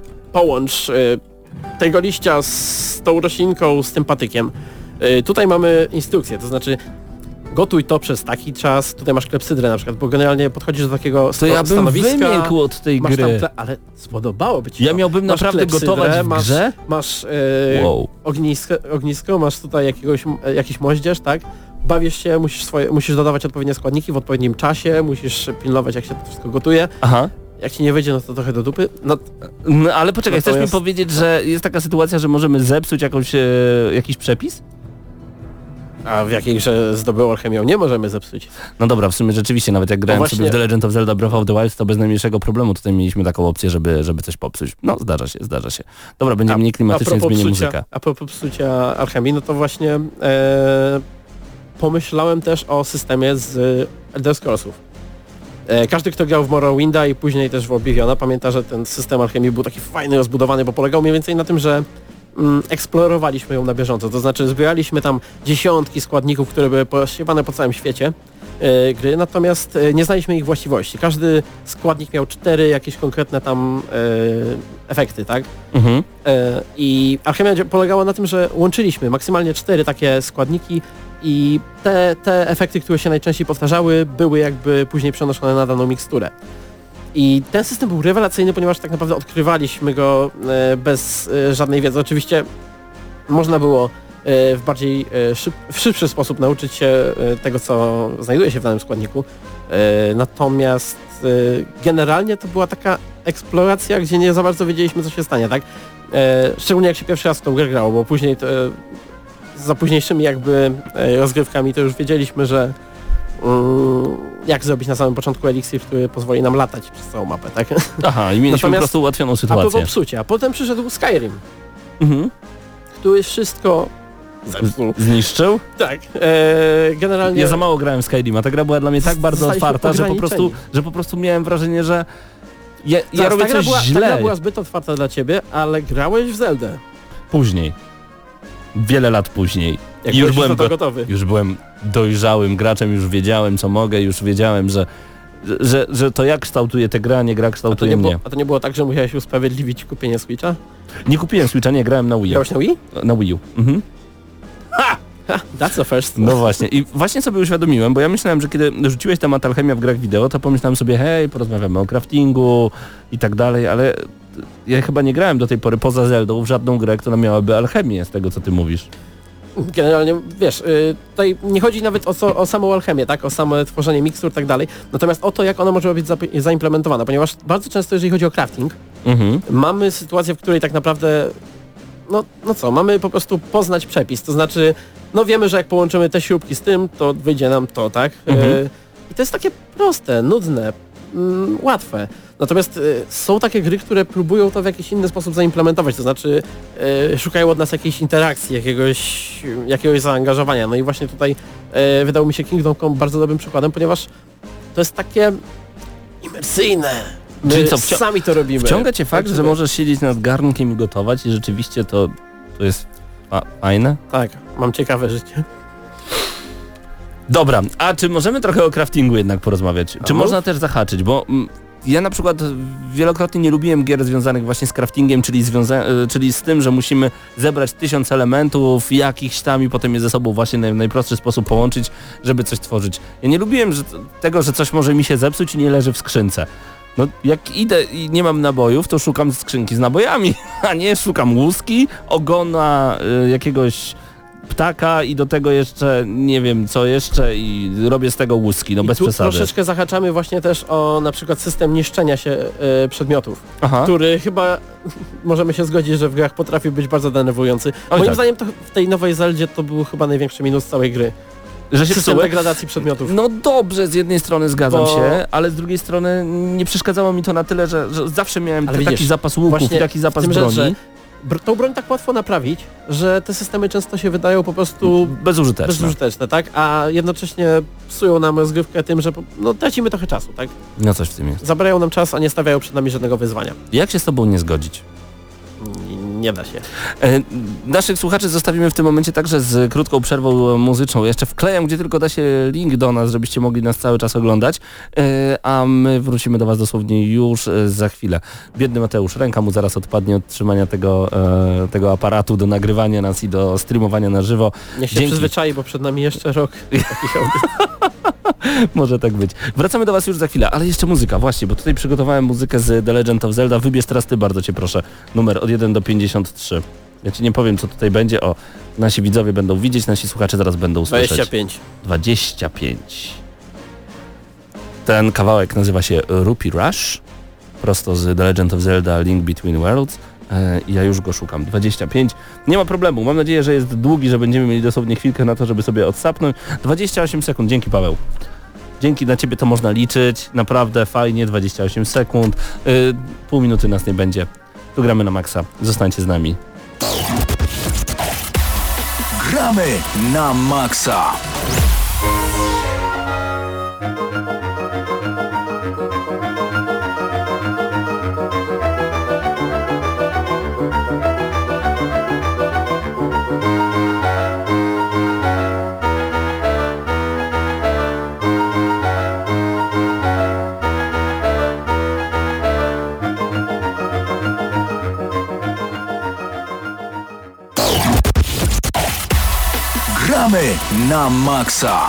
połącz e, tego liścia z tą roślinką, z tym patykiem. E, tutaj mamy instrukcję, to znaczy gotuj to przez taki czas, tutaj masz klepsydrę na przykład, bo generalnie podchodzisz do takiego To sto- ja bym stanowiska. wymiękł od tej Masz tam gry. tle, ale spodobałoby ci Ja to. miałbym Masz naprawdę klepsydrę, gotować w masz, grze? Masz e, Wow. ognisko, ognisko, masz tutaj jakiegoś, e, jakiś moździerz, tak? Bawisz się, musisz, swoje, musisz dodawać odpowiednie składniki w odpowiednim czasie, musisz pilnować jak się to wszystko gotuje. Aha. Jak ci nie wyjdzie, no to trochę do dupy. No, No ale poczekaj, chcesz mi Natomiast- powiedzieć, że jest taka sytuacja, że możemy zepsuć jakąś, e, jakiś przepis? a w jakiej grze z dobrą alchemią nie możemy zepsuć. No dobra, w sumie rzeczywiście, nawet jak grałem właśnie- sobie w The Legend of Zelda Breath of the Wild, to bez najmniejszego problemu tutaj mieliśmy taką opcję, żeby, żeby coś popsuć. No zdarza się, zdarza się. Dobra, będzie mniej klimatycznie, propos zmienię psucia, muzykę. A propos psucia alchemii, no to właśnie e, pomyślałem też o systemie z Elder Scrollsów. E, każdy, kto grał w Morrowinda i później też w Obliviona, pamięta, że ten system alchemii był taki fajny, rozbudowany, bo polegał mniej więcej na tym, że mm, eksplorowaliśmy ją na bieżąco. To znaczy zbieraliśmy tam dziesiątki składników, które były posiewane po całym świecie e, gry, natomiast e, nie znaliśmy ich właściwości. Każdy składnik miał cztery jakieś konkretne tam e, efekty, tak? Mhm. E, I alchemia dzia- polegała na tym, że łączyliśmy maksymalnie cztery takie składniki i te, te efekty, które się najczęściej powtarzały, były jakby później przenoszone na daną miksturę. I ten system był rewelacyjny, ponieważ tak naprawdę odkrywaliśmy go e, bez e, żadnej wiedzy. Oczywiście można było e, w bardziej e, szyb, w szybszy sposób nauczyć się e, tego, co znajduje się w danym składniku. E, natomiast e, generalnie to była taka eksploracja, gdzie nie za bardzo wiedzieliśmy, co się stanie, tak? E, szczególnie jak się pierwszy raz w tą grę grało, bo później to, e, za późniejszymi jakby e, rozgrywkami to już wiedzieliśmy, że mm, jak zrobić na samym początku eliksir, który pozwoli nam latać przez całą mapę, tak? Aha, i mieliśmy Natomiast- po prostu ułatwioną A sytuację. propos psucia, potem przyszedł Skyrim, Mhm. który wszystko zepsuł. Zniszczył? Tak, e, generalnie... Ja za mało grałem w Skyrima. Ta gra była dla mnie tak bardzo Zostaliśmy otwarta, że po, prostu, ograniczeni. że po prostu miałem wrażenie, że ja, ja Zaraz, robię ta gra coś była, Ta źle. gra była zbyt otwarta dla ciebie, ale grałeś w Zeldę. Później. Wiele lat później. Jak I już byłeś byłem, na to go- gotowy. już byłem dojrzałym graczem, już wiedziałem co mogę, już wiedziałem, że, że, że to jak kształtuje tę grę, a nie gra A to kształtuje nie, mnie. było, a to nie było tak, że musiałeś usprawiedliwić kupienie Switcha? Nie kupiłem Switcha, nie, grałem na Wii U. Grałeś na Wii? Na Wii U. Mhm. Ha! That's a first. No właśnie. I właśnie sobie uświadomiłem, bo ja myślałem, że kiedy rzuciłeś temat alchemia w grach wideo, to pomyślałem sobie, hej, porozmawiamy o craftingu i tak dalej, ale ja chyba nie grałem do tej pory poza Zeldą w żadną grę, która miałaby alchemię z tego, co ty mówisz. Generalnie, wiesz, y, tutaj nie chodzi nawet o, co, o samą alchemię, tak, o samo tworzenie mikstur i tak dalej, natomiast o to, jak ona może być zap- zaimplementowana, ponieważ bardzo często, jeżeli chodzi o crafting, Mhm. mamy sytuację, w której tak naprawdę, no, no co, mamy po prostu poznać przepis, to znaczy, no wiemy, że jak połączymy te śrubki z tym, to wyjdzie nam to, tak? Mhm. Y, I to jest takie proste, nudne, mm, łatwe. Natomiast y, są takie gry, które próbują to w jakiś inny sposób zaimplementować, to znaczy y, szukają od nas jakiejś interakcji, jakiegoś, jakiegoś zaangażowania. No i właśnie tutaj y, wydało mi się Kingdom Come bardzo dobrym przykładem, ponieważ to jest takie Imersyjne. My Czyli co, wci- sami to robimy. Wciąga cię fakt, Tak, że możesz siedzieć nad garnkiem i gotować i rzeczywiście to, to jest fa- fajne? Tak, mam ciekawe życie. Dobra, a czy możemy trochę o craftingu jednak porozmawiać? Czy A można też zahaczyć? Bo mm, ja na przykład wielokrotnie nie lubiłem gier związanych właśnie z craftingiem, czyli, związa- czyli z tym, że musimy zebrać tysiąc elementów jakichś tam i potem je ze sobą właśnie w najprostszy sposób połączyć, żeby coś tworzyć. Ja nie lubiłem że, tego, że coś może mi się zepsuć i nie leży w skrzynce. No jak idę i nie mam nabojów, to szukam skrzynki z nabojami, a nie szukam łuski, ogona y, jakiegoś ptaka i do tego jeszcze nie wiem co jeszcze i robię z tego łuski, no I bez tu przesady. troszeczkę zahaczamy właśnie też o na przykład system niszczenia się e, przedmiotów, Aha. który chyba możemy się zgodzić, że w grach potrafi być bardzo denerwujący. Oj, Moim tak. zdaniem to w tej nowej Zeldzie to był chyba największy minus całej gry. Że się System psuły? degradacji przedmiotów. No dobrze, z jednej strony zgadzam Bo- się, ale z drugiej strony nie przeszkadzało mi to na tyle, że, że zawsze miałem Ale te, widzisz, taki zapas łuków właśnie i taki zapas w tym rzecz, broni. że br- tą broń tak łatwo naprawić, że te systemy często się wydają po prostu Bezużyteczne. bezużyteczne, tak? A jednocześnie psują nam rozgrywkę tym, że po- no, tracimy trochę czasu, tak? No coś w tym jest. Zabierają nam czas, a nie stawiają przed nami żadnego wyzwania. Jak się z tobą nie zgodzić? N- Nie da się. E, naszych słuchaczy zostawimy w tym momencie także z krótką przerwą muzyczną. Jeszcze wklejam, gdzie tylko da się link do nas, żebyście mogli nas cały czas oglądać. E, a my wrócimy do was dosłownie już e, za chwilę. Biedny Mateusz, ręka mu zaraz odpadnie od trzymania tego, e, tego aparatu do nagrywania nas i do streamowania na żywo. Niech się Dzięki. przyzwyczai, bo przed nami jeszcze rok takich audycji. Może tak być. Wracamy do was już za chwilę, ale jeszcze muzyka, właśnie, bo tutaj przygotowałem muzykę z The Legend of Zelda. Wybierz teraz ty, bardzo cię proszę, numer od jeden do pięćdziesiąt trzy. Ja ci nie powiem, co tutaj będzie. O, nasi widzowie będą widzieć, nasi słuchacze zaraz będą słyszeć. dwadzieścia pięć. dwadzieścia pięć. Ten kawałek nazywa się Rupee Rush, prosto z The Legend of Zelda Link Between Worlds. E, Ja już go szukam. dwadzieścia pięć. Nie ma problemu. Mam nadzieję, że jest długi, że będziemy mieli dosłownie chwilkę na to, żeby sobie odsapnąć. dwadzieścia osiem sekund. Dzięki, Paweł. Dzięki, na ciebie to można liczyć. Naprawdę fajnie. dwadzieścia osiem sekund. Y, pół minuty nas nie będzie. Tu gramy na maksa. Zostańcie z nami. Gramy na maksa. Gramy na maksa.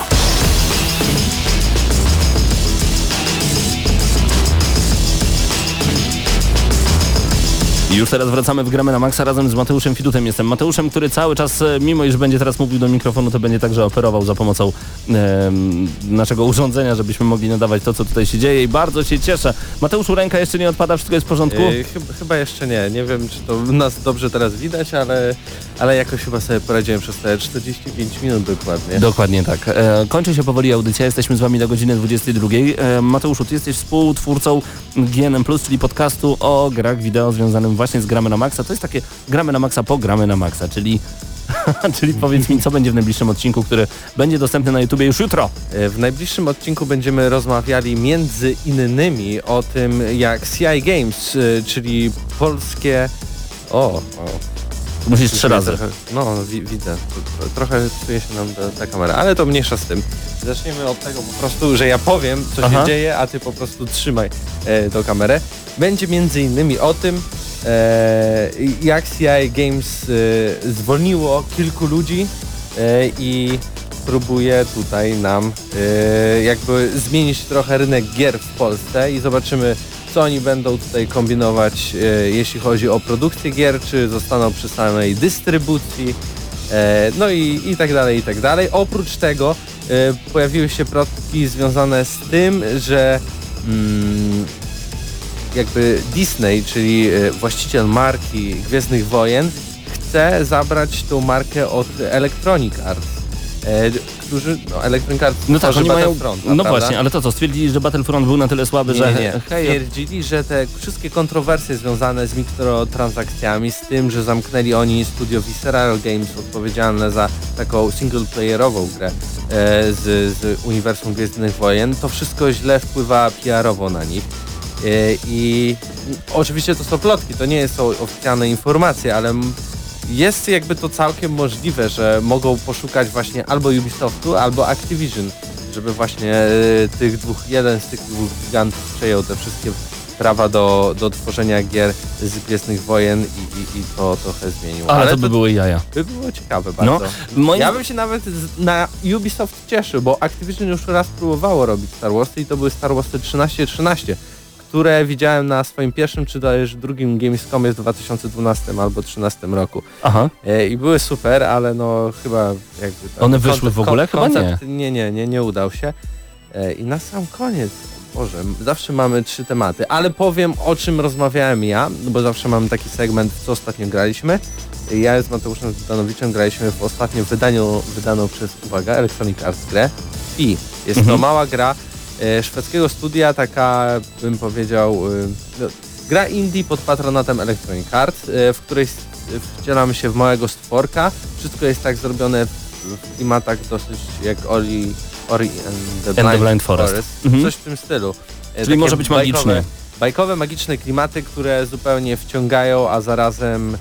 I już teraz wracamy w Gramy na maksa razem z Mateuszem Fidutem. Jestem Mateuszem, który cały czas, e, mimo iż będzie teraz mówił do mikrofonu, to będzie także operował za pomocą e, naszego urządzenia, żebyśmy mogli nadawać to, co tutaj się dzieje i bardzo się cieszę. Mateuszu, ręka jeszcze nie odpada, wszystko jest w porządku? Yy, chyba, chyba jeszcze nie. Nie wiem, czy to nas dobrze teraz widać, ale, ale jakoś chyba sobie poradziłem przez te czterdzieści pięć minut dokładnie. Dokładnie tak. E, kończy się powoli audycja, jesteśmy z wami do godziny dwudziestej drugiej. E, Mateuszu, ty jesteś współtwórcą G N M plus, czyli podcastu o grach wideo związanym właśnie z Gramy na maksa. To jest takie Gramy na maksa po Gramy na maksa, czyli... czyli powiedz mi, co będzie w najbliższym odcinku, który będzie dostępny na YouTubie już jutro. Yy, W najbliższym odcinku będziemy rozmawiali między innymi o tym, jak C I Games, yy, czyli polskie... O, o. Musisz trzy razy. Trochę, no, wi widzę. Tro- Trochę psuje się nam ta, ta kamera, ale to mniejsza z tym. Zaczniemy od tego po prostu, że ja powiem, co Aha. się dzieje, a ty po prostu trzymaj e, tą kamerę. Będzie między innymi o tym, e, jak C I Games e, zwolniło kilku ludzi e, i próbuje tutaj nam e, jakby zmienić trochę rynek gier w Polsce i zobaczymy, co oni będą tutaj kombinować, e, jeśli chodzi o produkcję gier, czy zostaną przy samej dystrybucji, e, no i, i tak dalej, i tak dalej. Oprócz tego e, pojawiły się plotki związane z tym, że mm, jakby Disney, czyli e, właściciel marki Gwiezdnych Wojen, chce zabrać tą markę od Electronic Arts. e, którzy, no Electronic Arts No tak, tworzy oni mają, Battlefront, no prawda? właśnie, ale to co, stwierdzili, że Battlefront był na tyle słaby, Nie, że nie, hej, twierdzili, że te wszystkie kontrowersje związane z mikrotransakcjami, z tym, że zamknęli oni studio Visceral Games odpowiedzialne za taką singleplayerową grę e, z, z uniwersum Gwiezdnych Wojen, to wszystko źle wpływa P R-owo na nich. E, I oczywiście to są plotki, to nie są oficjalne informacje, ale m- jest jakby to całkiem możliwe, że mogą poszukać właśnie albo Ubisoftu, albo Activision, żeby właśnie e, tych dwóch, jeden z tych dwóch gigantów przejął te wszystkie prawa do, do tworzenia gier z Gwiezdnych Wojen i, i, i to trochę zmieniło. ale, Ale to by były jaja. by było ciekawe bardzo. No, moim... Ja bym się nawet z, na Ubisoft cieszył, bo Activision już raz próbowało robić Star Warsy i to były Star Warsy trzynaście trzynaście, które widziałem na swoim pierwszym czy też drugim Gamescomie w dwa tysiące dwunastym albo dwa tysiące trzynastym roku. Aha. E, I były super, ale no chyba jakby... Ten One wyszły w ogóle? Chyba nie. Nie, nie, nie, nie udał się. E, I na sam koniec, Boże, zawsze mamy trzy tematy, ale powiem o czym rozmawiałem ja, bo zawsze mamy taki segment, w co ostatnio graliśmy. Ja z Mateuszem Zdanowiczem graliśmy w ostatnim wydaniu, wydaną przez, uwaga, Electronic Arts grę Pi. Jest Mhm. to mała gra e, szwedzkiego studia, taka bym powiedział, e, no, gra indie pod patronatem Electronic Arts, e, w której s- wcielamy się w małego stworka. Wszystko jest tak zrobione w, w klimatach dosyć jak Ori, Ori and the And the Blind, Blind Forest. Forest. Mhm. Coś w tym stylu. E, Czyli takie może być magiczny. Bajkowe, bajkowe, magiczne klimaty, które zupełnie wciągają, a zarazem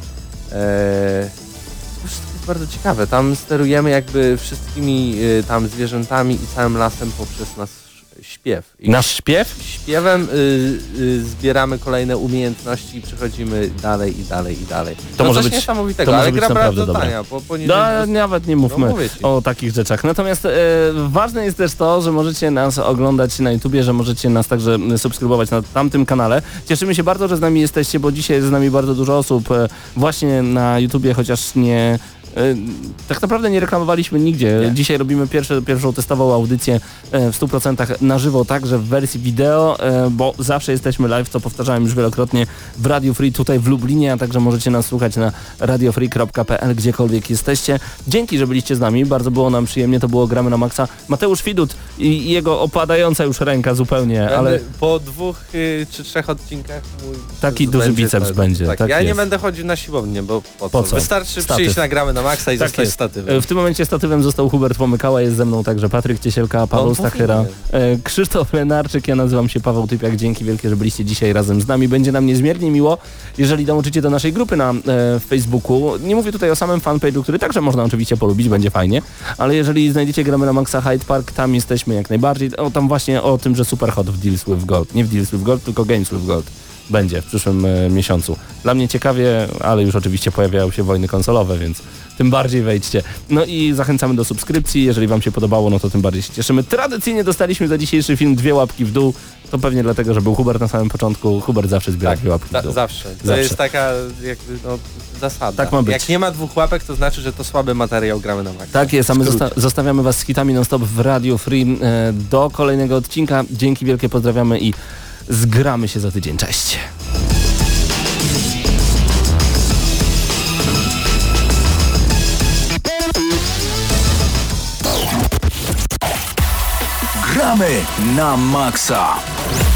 e, to wszystko jest bardzo ciekawe. Tam sterujemy jakby wszystkimi e, tam zwierzętami i całym lasem poprzez nasz śpiew. I Nasz śpiew? śpiewem y, y, zbieramy kolejne umiejętności i przechodzimy dalej i dalej i dalej. To no może coś być- niesamowitego, to może ale być gra naprawdę bardzo dobre. tania, po, poniżej No, dwustu. nawet nie mówmy No, mówię ci. o takich rzeczach. Natomiast e, ważne jest też to, że możecie nas oglądać na YouTubie, że możecie nas także subskrybować na tamtym kanale. Cieszymy się bardzo, że z nami jesteście, bo dzisiaj jest z nami bardzo dużo osób e, właśnie na YouTubie, chociaż nie... e, Tak naprawdę nie reklamowaliśmy nigdzie. Nie. Dzisiaj robimy pierwsze, pierwszą testową audycję e, w stu procentach na żywo, także w wersji wideo, e, bo zawsze jesteśmy live, co powtarzałem już wielokrotnie w Radio Free tutaj w Lublinie, a także możecie nas słuchać na radio free kropka p l, gdziekolwiek jesteście. Dzięki, że byliście z nami, bardzo było nam przyjemnie, to było Gramy na Maxa. Mateusz Widut i jego opadająca już ręka zupełnie, Będę ale po dwóch y, czy trzech odcinkach mój Taki z- duży będzie biceps to- będzie, Tak, tak ja nie jest. będę chodził na siłownię, bo po co? Po co? Wystarczy Statyw. przyjść na Gramy na Maxa i Tak zostać jest. statywem. w tym momencie statywem został Hubert Pomykała, jest ze mną także Patryk Ciesielka, Paweł No, Stachyra, powinien. e, Krzysztof Lenarczyk, ja nazywam się Paweł Typiak, dzięki wielkie, że byliście dzisiaj razem z nami. Będzie nam niezmiernie miło, jeżeli dołączycie do naszej grupy na e, Facebooku. Nie mówię tutaj o samym fanpage'u, który także można oczywiście polubić, będzie fajnie, ale jeżeli znajdziecie Gramy na Maxa Hyde Park, tam jesteśmy jak najbardziej. O, tam właśnie o tym, że Superhot w Deals with Gold, nie w Deals with Gold, tylko Games with Gold będzie w przyszłym e, miesiącu. Dla mnie ciekawie, ale już oczywiście pojawiają się wojny konsolowe, więc tym bardziej wejdźcie. No i zachęcamy do subskrypcji, jeżeli wam się podobało, no to tym bardziej się cieszymy. Tradycyjnie dostaliśmy za dzisiejszy film dwie łapki w dół, to pewnie dlatego, że był Hubert na samym początku. Hubert zawsze zbiera Tak, dwie łapki w za, dół. zawsze. To Zawsze. jest taka jakby no, zasada. Tak ma być. Jak nie ma dwóch łapek, to znaczy, że to słaby materiał Gramy na Maxa. Tak jest, a my W skrócie. zosta- zostawiamy was z hitami non-stop w Radio Free e, do kolejnego odcinka. Dzięki wielkie, pozdrawiamy i zgramy się za tydzień. Cześć! Gramy na maksa.